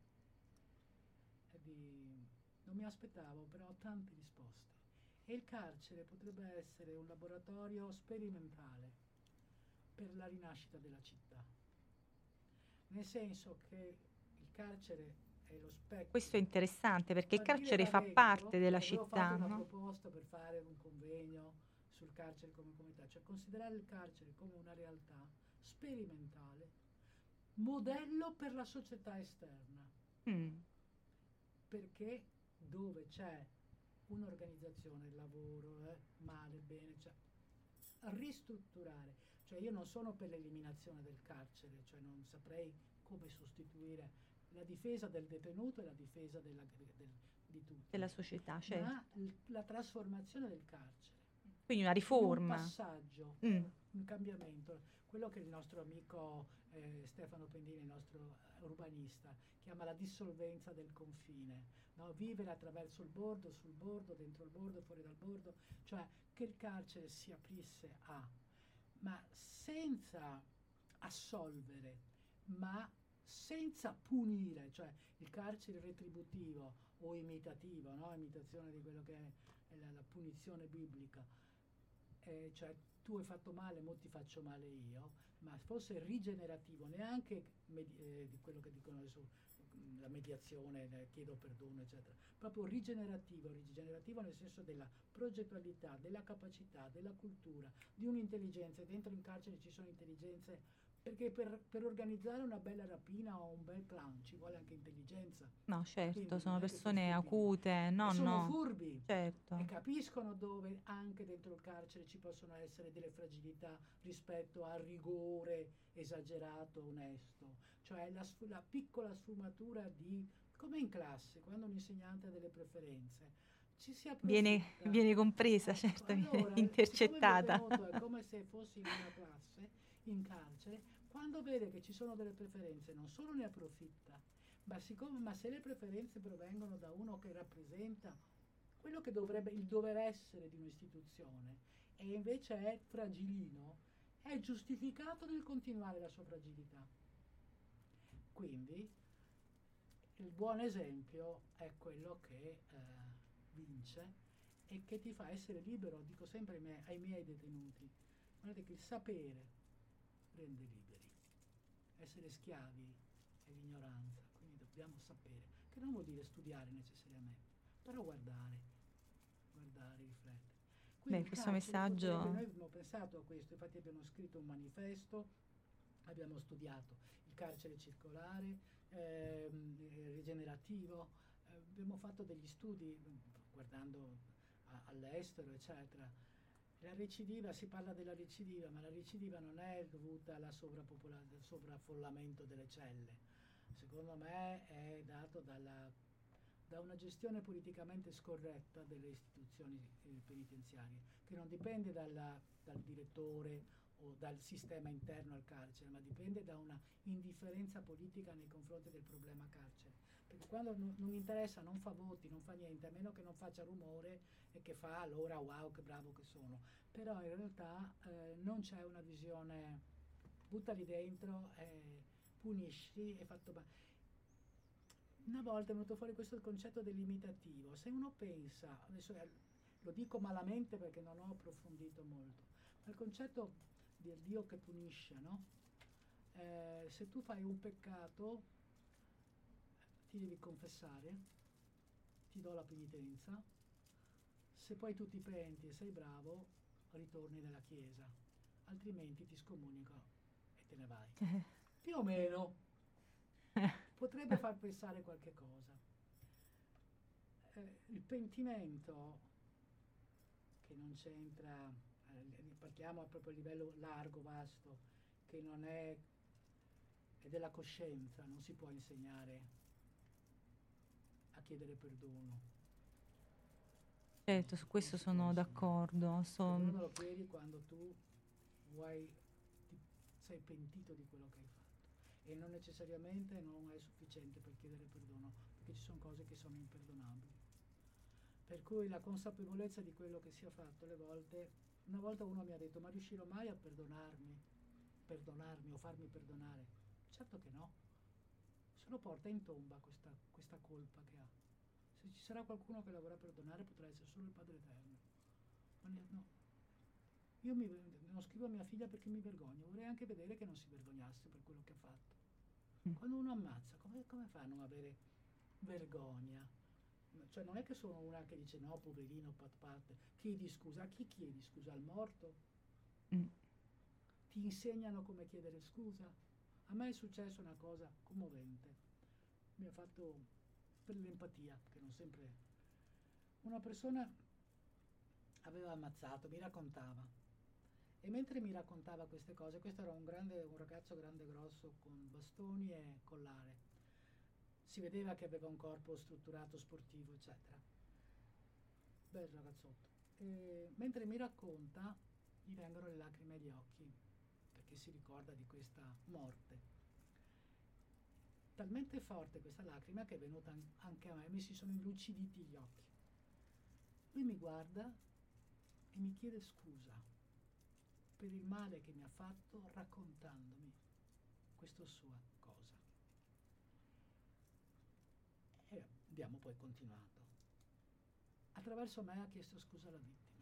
E di- non mi aspettavo, però ho tante risposte. E il carcere potrebbe essere un laboratorio sperimentale per la rinascita della città. Nel senso che il carcere è lo specchio. Questo è interessante perché il Far dire carcere là fa dentro, parte della avevo città, fatto una no? proposta per fare un convegno sul carcere come comunità, cioè considerare il carcere come una realtà sperimentale, modello per la società esterna, Mm. perché dove c'è un'organizzazione, lavoro, eh, male, bene, cioè ristrutturare, cioè io non sono per l'eliminazione del carcere, cioè non saprei come sostituire la difesa del detenuto e la difesa della, del, di tutti, Della società, certo. ma l- la trasformazione del carcere. Quindi una In un riforma. passaggio, Mm. un cambiamento, quello che il nostro amico eh, Stefano Pendini, il nostro eh, urbanista, chiama la dissolvenza del confine, no? Vivere attraverso il bordo, sul bordo, dentro il bordo, fuori dal bordo, cioè che il carcere si aprisse a, ma senza assolvere, ma senza punire, cioè il carcere retributivo o imitativo, no? Imitazione di quello che è la, la punizione biblica, eh, cioè tu hai fatto male, mo ti faccio male io, ma fosse rigenerativo, neanche med- eh, di quello che dicono adesso, mh, la mediazione, eh, chiedo perdono, eccetera, proprio rigenerativo, rigenerativo nel senso della progettualità, della capacità, della cultura, di un'intelligenza, e dentro in carcere ci sono intelligenze, perché per, per organizzare una bella rapina o un bel clown ci vuole anche intelligenza. No, certo, Quindi sono non è che sono persone stupidi. acute, no, E sono no, furbi certo. e capiscono dove anche dentro il carcere ci possono essere delle fragilità rispetto al rigore esagerato, onesto, cioè la, sf- la piccola sfumatura di, come in classe, quando un insegnante ha delle preferenze, ci si Viene, approfitta. viene compresa, Ecco, certo, viene allora, intercettata. siccome il detenuto è come se fossi in una classe, in carcere, quando vede che ci sono delle preferenze non solo ne approfitta, ma, siccome, ma se le preferenze provengono da uno che rappresenta quello che dovrebbe il dover essere di un'istituzione e invece è fragilino, è giustificato nel continuare la sua fragilità. Quindi il buon esempio è quello che eh, vince e che ti fa essere libero, dico sempre ai miei, ai miei detenuti, guardate che il sapere rende liberi, essere schiavi è l'ignoranza, quindi dobbiamo sapere, che non vuol dire studiare necessariamente, però guardare, guardare, riflettere. Quindi Beh, il questo carcere potrebbe, noi messaggio... abbiamo pensato a questo, infatti abbiamo scritto un manifesto abbiamo studiato il carcere circolare, ehm, rigenerativo, eh, abbiamo fatto degli studi guardando a, all'estero, eccetera. La recidiva, si parla della recidiva, ma la recidiva non è dovuta alla sovrapopola- al sovraffollamento delle celle. Secondo me è dato dalla, da una gestione politicamente scorretta delle istituzioni eh, penitenziarie, che non dipende dalla, dal direttore o dal sistema interno al carcere, ma dipende da una indifferenza politica nei confronti del problema carcere. Perché quando non, non interessa, non fa voti, non fa niente, a meno che non faccia rumore e che fa allora wow che bravo che sono. Però in realtà eh, non c'è una visione, buttali dentro, eh, punisci, è fatto bene. Una volta è venuto fuori questo concetto dell'imitativo. Se uno pensa, adesso lo dico malamente perché non ho approfondito molto, ma il concetto del Dio che punisce, no? Eh, se tu fai un peccato, ti devi confessare, ti do la penitenza, se poi tu ti penti e sei bravo, ritorni nella chiesa, altrimenti ti scomunico e te ne vai. Più o meno potrebbe far pensare qualche cosa. Eh, il pentimento, che non c'entra, eh, parliamo proprio a livello largo, vasto, che non è, è della coscienza, non si può insegnare a chiedere perdono. Certo, su questo sono d'accordo. Son... Perdono lo chiedi quando tu vuoi, ti, sei pentito di quello che hai fatto. E non necessariamente non è sufficiente per chiedere perdono, perché ci sono cose che sono imperdonabili. Per cui la consapevolezza di quello che si è fatto, le volte, una volta uno mi ha detto, ma riuscirò mai a perdonarmi, perdonarmi o farmi perdonare? Certo che no. Se lo porta in tomba questa, questa colpa che ha. Se ci sarà qualcuno che la vorrà perdonare, potrà essere solo il Padre Eterno. Ma ne, no. Io mi, non scrivo a mia figlia perché mi vergogno, vorrei anche vedere che non si vergognasse per quello che ha fatto. Mm. Quando uno ammazza, come, come fa a non avere vergogna? Cioè non è che sono una che dice no, poverino, pat pat, chiedi scusa. A chi chiedi scusa? Al morto? Mm. Ti insegnano come chiedere scusa? A me è successa una cosa commovente. Mi ha fatto, per l'empatia, che non sempre... Una persona aveva ammazzato, mi raccontava. E mentre mi raccontava queste cose, questo era un, grande, un ragazzo grande grosso con bastoni e collare. Si vedeva che aveva un corpo strutturato, sportivo, eccetera. Bel ragazzotto. E mentre mi racconta, gli vengono le lacrime agli occhi, perché si ricorda di questa morte. Talmente forte questa lacrima che è venuta anche a me, mi si sono illuciditi gli occhi. Lui mi guarda e mi chiede scusa per il male che mi ha fatto raccontandomi questa sua cosa. E abbiamo poi continuato. Attraverso me ha chiesto scusa alla vittima.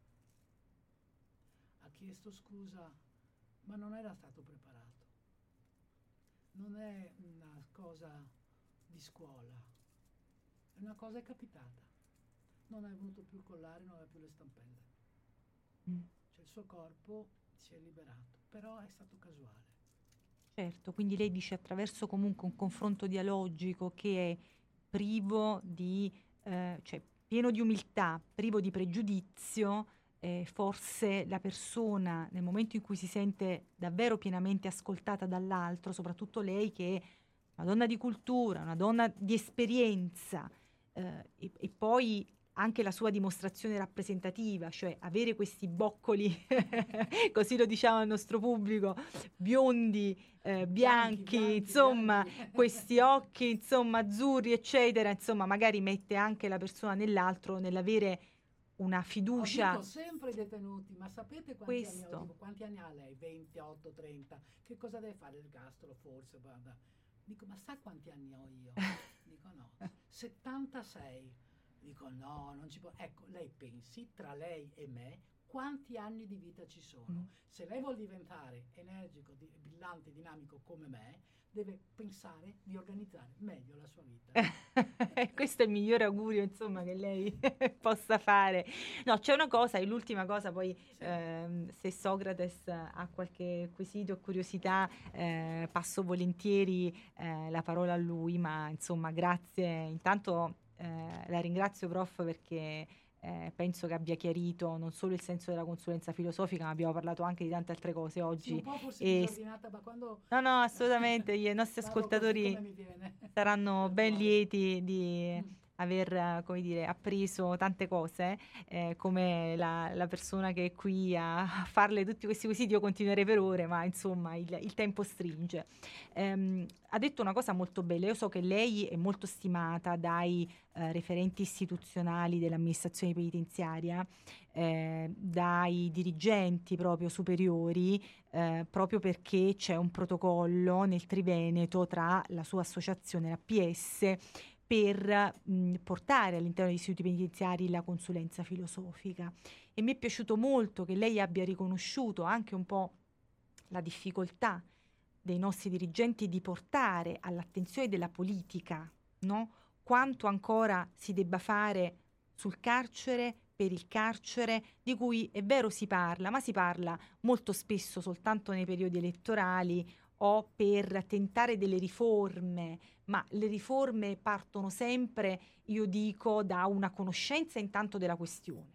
Ha chiesto scusa, ma non era stato preparato. Non è una cosa di scuola, è una cosa che è capitata. Non è venuto più il collare, non aveva più le stampelle. Mm. Cioè il suo corpo si è liberato, però è stato casuale. Certo, quindi lei dice attraverso comunque un confronto dialogico che è privo di, eh, cioè pieno di umiltà, privo di pregiudizio, eh, forse la persona nel momento in cui si sente davvero pienamente ascoltata dall'altro, soprattutto lei che è una donna di cultura, una donna di esperienza, eh, e, e poi anche la sua dimostrazione rappresentativa, cioè avere questi boccoli, così lo diciamo al nostro pubblico, biondi, eh, bianchi, bianchi, bianchi, insomma, bianchi. Questi occhi, insomma, azzurri, eccetera, insomma, magari mette anche la persona nell'altro nell'avere una fiducia. Ho dico sempre ai detenuti, ma sapete quanti anni, ho, dico, quanti anni ha lei? ventotto, trenta, che cosa deve fare il gastro forse? Guarda. Dico, ma sa quanti anni ho io? Dico no, settantasei. Dico no, non ci può. Ecco, lei pensi, tra lei e me, quanti anni di vita ci sono. Mm. Se lei vuol diventare energico, di, brillante, dinamico come me, deve pensare di organizzare meglio la sua vita. questo è il migliore augurio, insomma, che lei possa fare. No, c'è una cosa, e l'ultima cosa, poi ehm, se Socrates ha qualche quesito o curiosità, eh, passo volentieri eh, la parola a lui, ma insomma, grazie. Intanto eh, la ringrazio, prof, perché eh, penso che abbia chiarito non solo il senso della consulenza filosofica, ma abbiamo parlato anche di tante altre cose oggi. Sì, un po' forse E disordinata, ma quando... no, no, assolutamente, i nostri Parlo così ascoltatori come mi viene. saranno ben Casuale. lieti di Mm. aver, eh, come dire, appreso tante cose, eh, come la, la persona che è qui a a farle tutti questi quesiti. Io continuerei per ore, ma insomma il, il tempo stringe. Ehm, ha detto una cosa molto bella. Io so che lei è molto stimata dai eh, referenti istituzionali dell'amministrazione penitenziaria, eh, dai dirigenti proprio superiori, eh, proprio perché c'è un protocollo nel Triveneto tra la sua associazione, la P S, per mh, portare all'interno degli istituti penitenziari la consulenza filosofica. E mi è piaciuto molto che lei abbia riconosciuto anche un po' la difficoltà dei nostri dirigenti di portare all'attenzione della politica, no? Quanto ancora si debba fare sul carcere, per il carcere, di cui è vero si parla, ma si parla molto spesso soltanto nei periodi elettorali o per tentare delle riforme, ma le riforme partono sempre, io dico, da una conoscenza intanto della questione.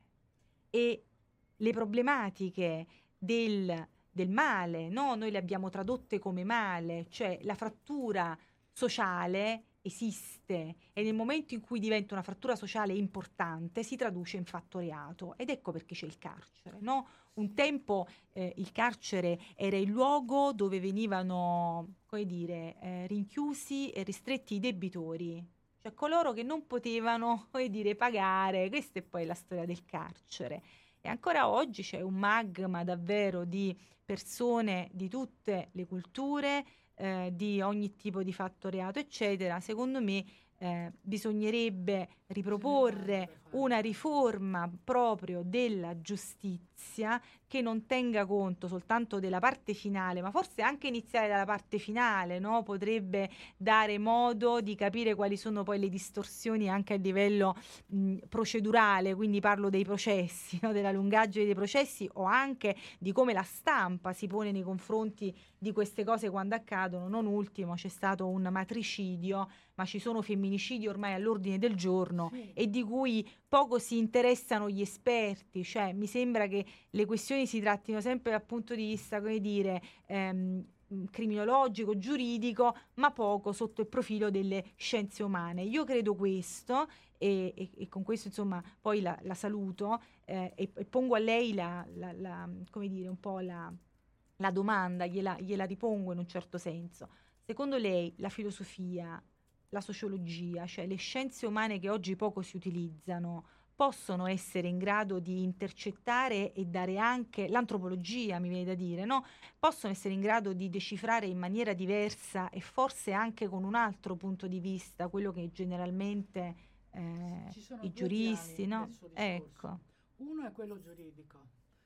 E le problematiche del, del male, no? Noi le abbiamo tradotte come male, cioè la frattura sociale esiste e nel momento in cui diventa una frattura sociale importante si traduce in fatto reato, ed ecco perché c'è il carcere, no? Un tempo eh, il carcere era il luogo dove venivano, come dire, eh, rinchiusi e ristretti i debitori, cioè coloro che non potevano, come dire, pagare. Questa è poi la storia del carcere. E ancora oggi c'è un magma davvero di persone di tutte le culture, eh, di ogni tipo di fatto reato, eccetera. Secondo me eh, bisognerebbe riproporre una riforma proprio della giustizia che non tenga conto soltanto della parte finale, ma forse anche iniziare dalla parte finale, no? Potrebbe dare modo di capire quali sono poi le distorsioni anche a livello mh, procedurale, quindi parlo dei processi, no? Della lungaggine dei processi, o anche di come la stampa si pone nei confronti di queste cose quando accadono. Non ultimo, c'è stato un matricidio, ma ci sono femminicidi ormai all'ordine del giorno, Sì. e di cui poco si interessano gli esperti. Cioè mi sembra che le questioni si trattino sempre dal punto di vista, come dire, ehm, criminologico, giuridico, ma poco sotto il profilo delle scienze umane. Io credo questo, e, e, e con questo insomma poi la, la saluto, eh, e, e pongo a lei la, la, la, come dire, un po' la, la domanda, gliela, gliela ripongo in un certo senso. Secondo lei la filosofia, la sociologia, cioè le scienze umane che oggi poco si utilizzano, possono essere in grado di intercettare e dare anche l'antropologia, mi viene da dire, no? Possono essere in grado di decifrare in maniera diversa e forse anche con un altro punto di vista quello che generalmente eh, Ci sono i due giuristi, piani no? del suo discorso. Ecco. Uno è quello giuridico,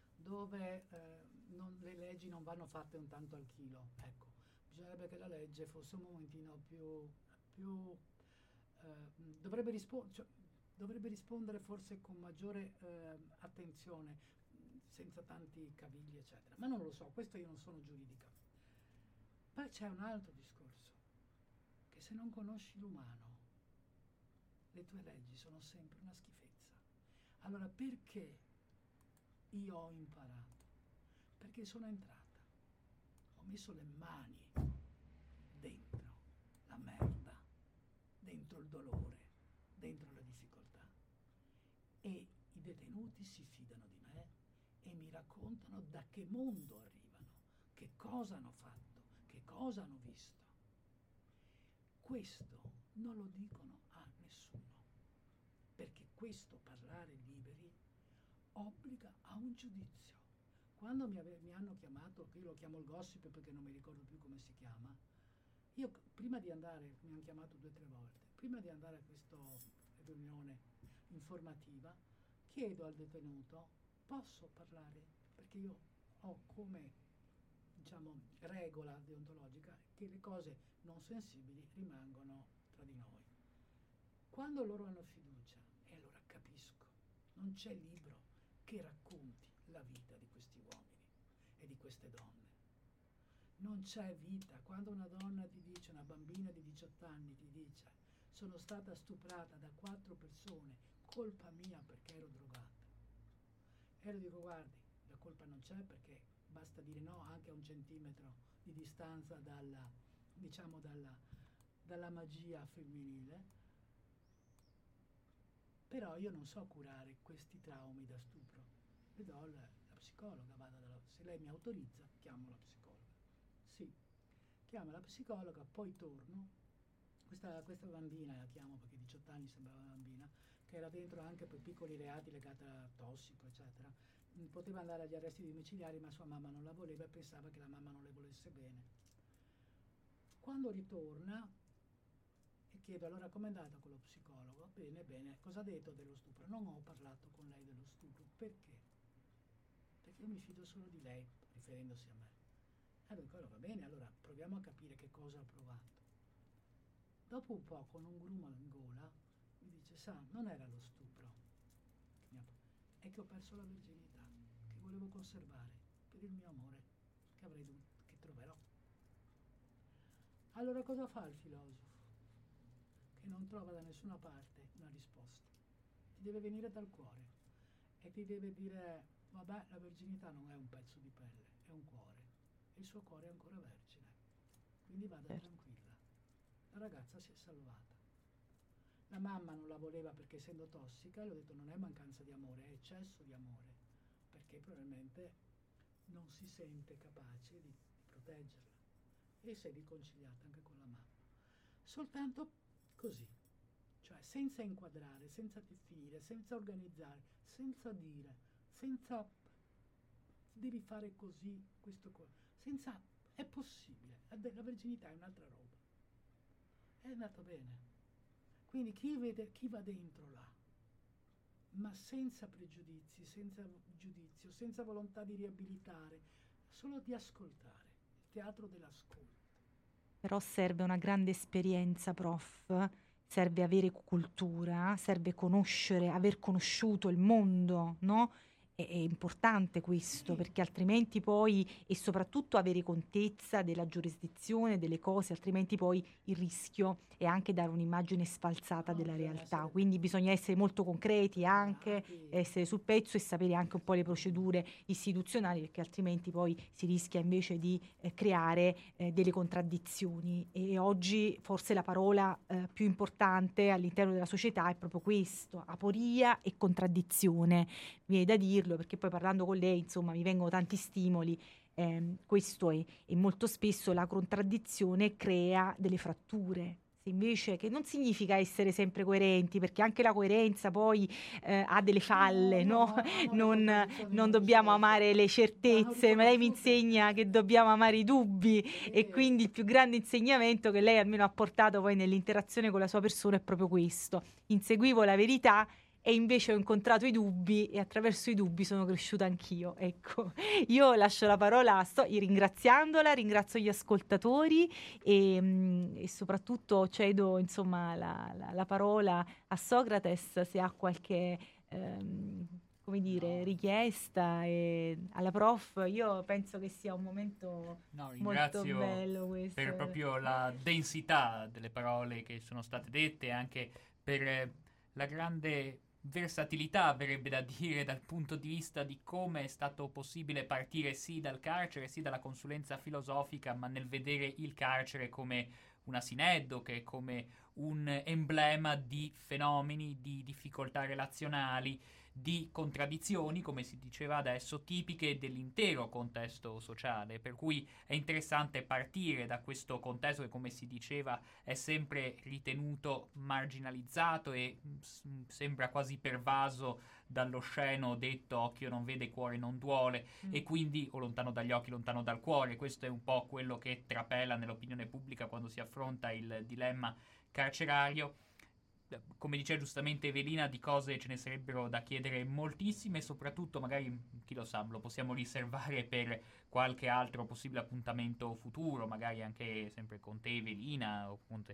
dove eh, non- le leggi non vanno fatte un tanto al chilo. Ecco, bisognerebbe che la legge fosse un momentino più... più eh, dovrebbe, rispo- cioè, dovrebbe rispondere forse con maggiore eh, attenzione, mh, senza tanti cavilli, eccetera. Ma non lo so, questo io non sono giuridica. Poi c'è un altro discorso, che se non conosci l'umano, le tue leggi sono sempre una schifezza. Allora perché io ho imparato? Perché sono entrata, ho messo le mani dentro la merda, dentro il dolore, dentro la difficoltà, e i detenuti si fidano di me e mi raccontano da che mondo arrivano, che cosa hanno fatto, che cosa hanno visto. Questo non lo dicono a nessuno, perché questo parlare liberi obbliga a un giudizio. Quando mi, ave- mi hanno chiamato, io lo chiamo il gossip perché non mi ricordo più come si chiama, io c- prima di andare, mi hanno chiamato due o tre volte, prima di andare a questa riunione informativa, chiedo al detenuto, posso parlare? Perché io ho come, diciamo, regola deontologica che le cose non sensibili rimangono tra di noi. Quando Quando loro hanno fiducia, e allora capisco, non c'è libro che racconti la vita di questi uomini e di queste donne. Non c'è vita. Quando una donna ti dice, una bambina di diciotto anni ti dice, sono stata stuprata da quattro persone, colpa mia perché ero drogata. E io dico, guardi, la colpa non c'è perché basta dire no anche a un centimetro di distanza dalla, diciamo, dalla, dalla magia femminile. Però io non so curare questi traumi da stupro. Vedo la, la psicologa, vado dalla, se lei mi autorizza, chiamo la psicologa. Sì, chiamo la psicologa, poi torno. Questa, questa bambina, la chiamo perché diciotto anni sembrava una bambina, che era dentro anche per piccoli reati legati a tossico, eccetera. Poteva andare agli arresti domiciliari, ma sua mamma non la voleva e pensava che la mamma non le volesse bene. Quando ritorna, e chiedo allora com'è andata con lo psicologo. Bene, bene, cosa ha detto dello stupro? Non ho parlato con lei dello stupro. Perché? Perché io mi fido solo di lei, riferendosi a me. Allora, quello va bene, allora proviamo a capire che cosa ha provato. Dopo un po', con un grumo in gola, mi dice, sa, non era lo stupro, è che ho perso la virginità, che volevo conservare per il mio amore, che avrei dovuto, che troverò. Allora cosa fa il filosofo? Che non trova da nessuna parte una risposta. Ti deve venire dal cuore e ti deve dire, vabbè, la virginità non è un pezzo di pelle, è un cuore. E il suo cuore è ancora vergine. Quindi vada Certo. tranquilla. La ragazza si è salvata. La mamma non la voleva perché essendo tossica, e le ho detto non è mancanza di amore, è eccesso di amore, perché probabilmente non si sente capace di, di proteggerla. E si è riconciliata anche con la mamma. Soltanto così, cioè senza inquadrare, senza definire, senza organizzare, senza dire, senza devi fare così, questo co- senza, è possibile, la, la virginità è un'altra roba. È andato bene. Quindi chi vede, chi va dentro là, ma senza pregiudizi, senza giudizio, senza volontà di riabilitare, solo di ascoltare, il teatro dell'ascolto. Però serve una grande esperienza, prof, serve avere cultura, serve conoscere, aver conosciuto il mondo, no? È, è importante questo, Sì. perché altrimenti poi, e soprattutto avere contezza della giurisdizione, delle cose, altrimenti poi il rischio è anche dare un'immagine sfalsata No, della bisogna realtà. essere Quindi bisogna essere molto concreti anche, preparati. essere sul pezzo e sapere anche un po' le procedure istituzionali, perché altrimenti poi si rischia invece di eh, creare eh, delle contraddizioni. E oggi forse la parola eh, più importante all'interno della società è proprio questo: aporia e contraddizione. Mi viene da dirlo perché poi parlando con lei, insomma, mi vengono tanti stimoli. Ehm, questo è, e molto spesso la contraddizione crea delle fratture. Se invece, che non significa essere sempre coerenti, perché anche la coerenza poi eh, ha delle falle, No, no? io amo- amo le Non, contraddizioni non non dobbiamo risolte. amare le certezze, ma lei mi riconosciute. insegna che dobbiamo amare i dubbi. Sì. E quindi il più grande insegnamento che lei almeno ha portato poi nell'interazione con la sua persona è proprio questo: inseguivo la verità e invece ho incontrato i dubbi e attraverso i dubbi sono cresciuta anch'io. Ecco, io lascio la parola, sto ringraziandola, ringrazio gli ascoltatori e, mh, e soprattutto cedo insomma la, la, la parola a Socrates se ha qualche ehm, come dire, No. richiesta, e alla prof. Io penso che sia un momento No, molto ringrazio bello questo. per proprio la densità delle parole che sono state dette e anche per eh, la grande versatilità, verrebbe da dire, dal punto di vista di come è stato possibile partire sì dal carcere, sì dalla consulenza filosofica, ma nel vedere il carcere come una sineddoche, come un emblema di fenomeni, di difficoltà relazionali, di contraddizioni, come si diceva adesso, tipiche dell'intero contesto sociale, per cui è interessante partire da questo contesto che, come si diceva, è sempre ritenuto marginalizzato e mh, sembra quasi pervaso dall'osceno detto occhio non vede, cuore non duole, mm. e quindi o lontano dagli occhi, lontano dal cuore. Questo è un po' quello che trapela nell'opinione pubblica quando si affronta il dilemma carcerario. Come dice giustamente Evelina, di cose ce ne sarebbero da chiedere moltissime, e soprattutto magari, chi lo sa, lo possiamo riservare per qualche altro possibile appuntamento futuro, magari anche sempre con te Evelina, o appunto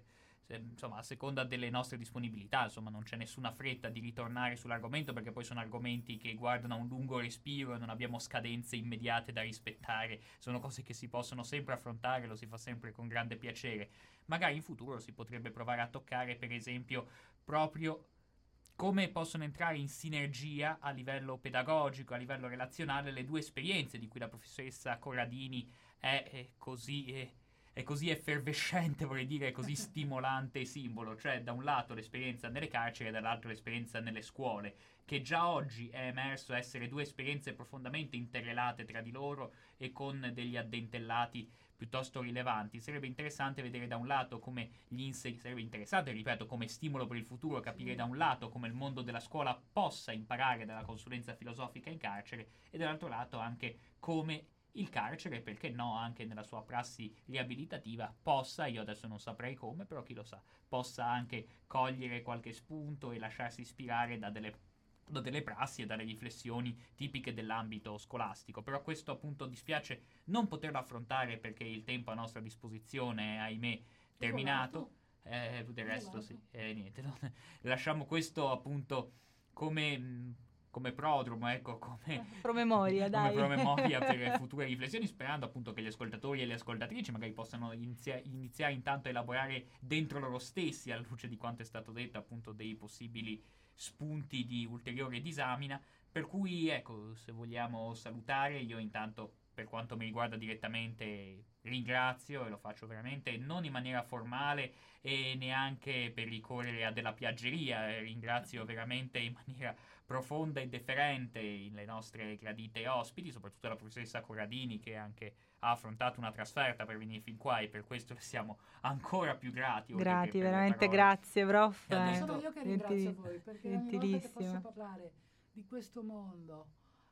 se, insomma, a seconda delle nostre disponibilità, insomma, non c'è nessuna fretta di ritornare sull'argomento, perché poi sono argomenti che guardano a un lungo respiro e non abbiamo scadenze immediate da rispettare, sono cose che si possono sempre affrontare, lo si fa sempre con grande piacere. Magari in futuro si potrebbe provare a toccare, per esempio, proprio come possono entrare in sinergia a livello pedagogico, a livello relazionale, le due esperienze di cui la professoressa Corradini è, è così... È, è così effervescente, vorrei dire, così stimolante e simbolo, cioè da un lato l'esperienza nelle carceri e dall'altro l'esperienza nelle scuole, che già oggi è emerso essere due esperienze profondamente interrelate tra di loro e con degli addentellati piuttosto rilevanti. Sarebbe interessante vedere da un lato come gli insegni, sarebbe interessante, ripeto, come stimolo per il futuro, capire da un lato come il mondo della scuola possa imparare dalla consulenza filosofica in carcere e dall'altro lato anche come il carcere, perché no, anche nella sua prassi riabilitativa possa, io adesso non saprei come, però chi lo sa, possa anche cogliere qualche spunto e lasciarsi ispirare da delle, da delle prassi e dalle riflessioni tipiche dell'ambito scolastico. Però questo appunto dispiace non poterlo affrontare perché il tempo a nostra disposizione è, ahimè, terminato. Eh, del resto sì, eh, niente, no? Lasciamo questo appunto come... Mh, come prodromo, ecco, come promemoria, come dai. promemoria per future riflessioni, sperando appunto che gli ascoltatori e le ascoltatrici magari possano inizia- iniziare intanto a elaborare dentro loro stessi, alla luce di quanto è stato detto, appunto dei possibili spunti di ulteriore disamina. Per cui, ecco, se vogliamo salutare, io intanto, per quanto mi riguarda direttamente, ringrazio, e lo faccio veramente non in maniera formale e neanche per ricorrere a della piaggeria, eh, ringrazio veramente in maniera profonda e deferente le nostre gradite ospiti, soprattutto la professoressa Corradini, che anche ha affrontato una trasferta per venire fin qua, e per questo le siamo ancora più grati. Grati, veramente grazie, prof. Eh, sono io che ringrazio voi, perché ogni volta che posso Gentilissima. parlare di questo mondo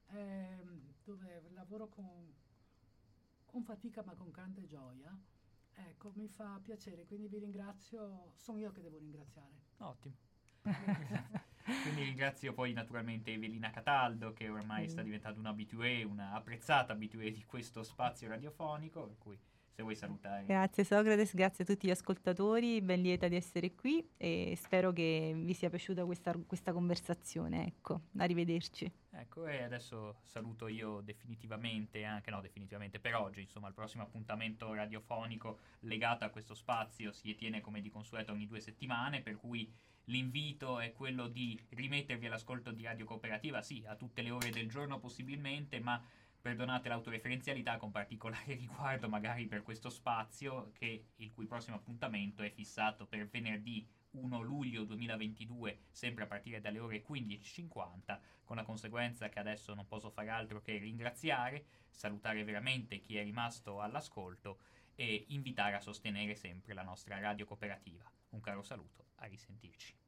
ehm, dove lavoro con, con fatica ma con grande gioia, ecco, mi fa piacere, quindi vi ringrazio, sono io che devo ringraziare. Ottimo. Quindi ringrazio poi naturalmente Evelina Cataldo, che ormai mm. sta diventando una abitué, una apprezzata abitué di questo spazio radiofonico, per cui se vuoi salutare. Grazie Socrates, grazie a tutti gli ascoltatori, ben lieta di essere qui e spero che vi sia piaciuta questa, questa conversazione, ecco, arrivederci. Ecco, e adesso saluto io definitivamente, anche no definitivamente per oggi, insomma il prossimo appuntamento radiofonico legato a questo spazio si tiene come di consueto ogni due settimane, per cui l'invito è quello di rimettervi all'ascolto di Radio Cooperativa, sì, a tutte le ore del giorno possibilmente, ma perdonate l'autoreferenzialità, con particolare riguardo magari per questo spazio, che il cui prossimo appuntamento è fissato per venerdì primo luglio duemilaventidue, sempre a partire dalle ore quindici e cinquanta, con la conseguenza che adesso non posso fare altro che ringraziare, salutare veramente chi è rimasto all'ascolto e invitare a sostenere sempre la nostra Radio Cooperativa. Un caro saluto, a risentirci.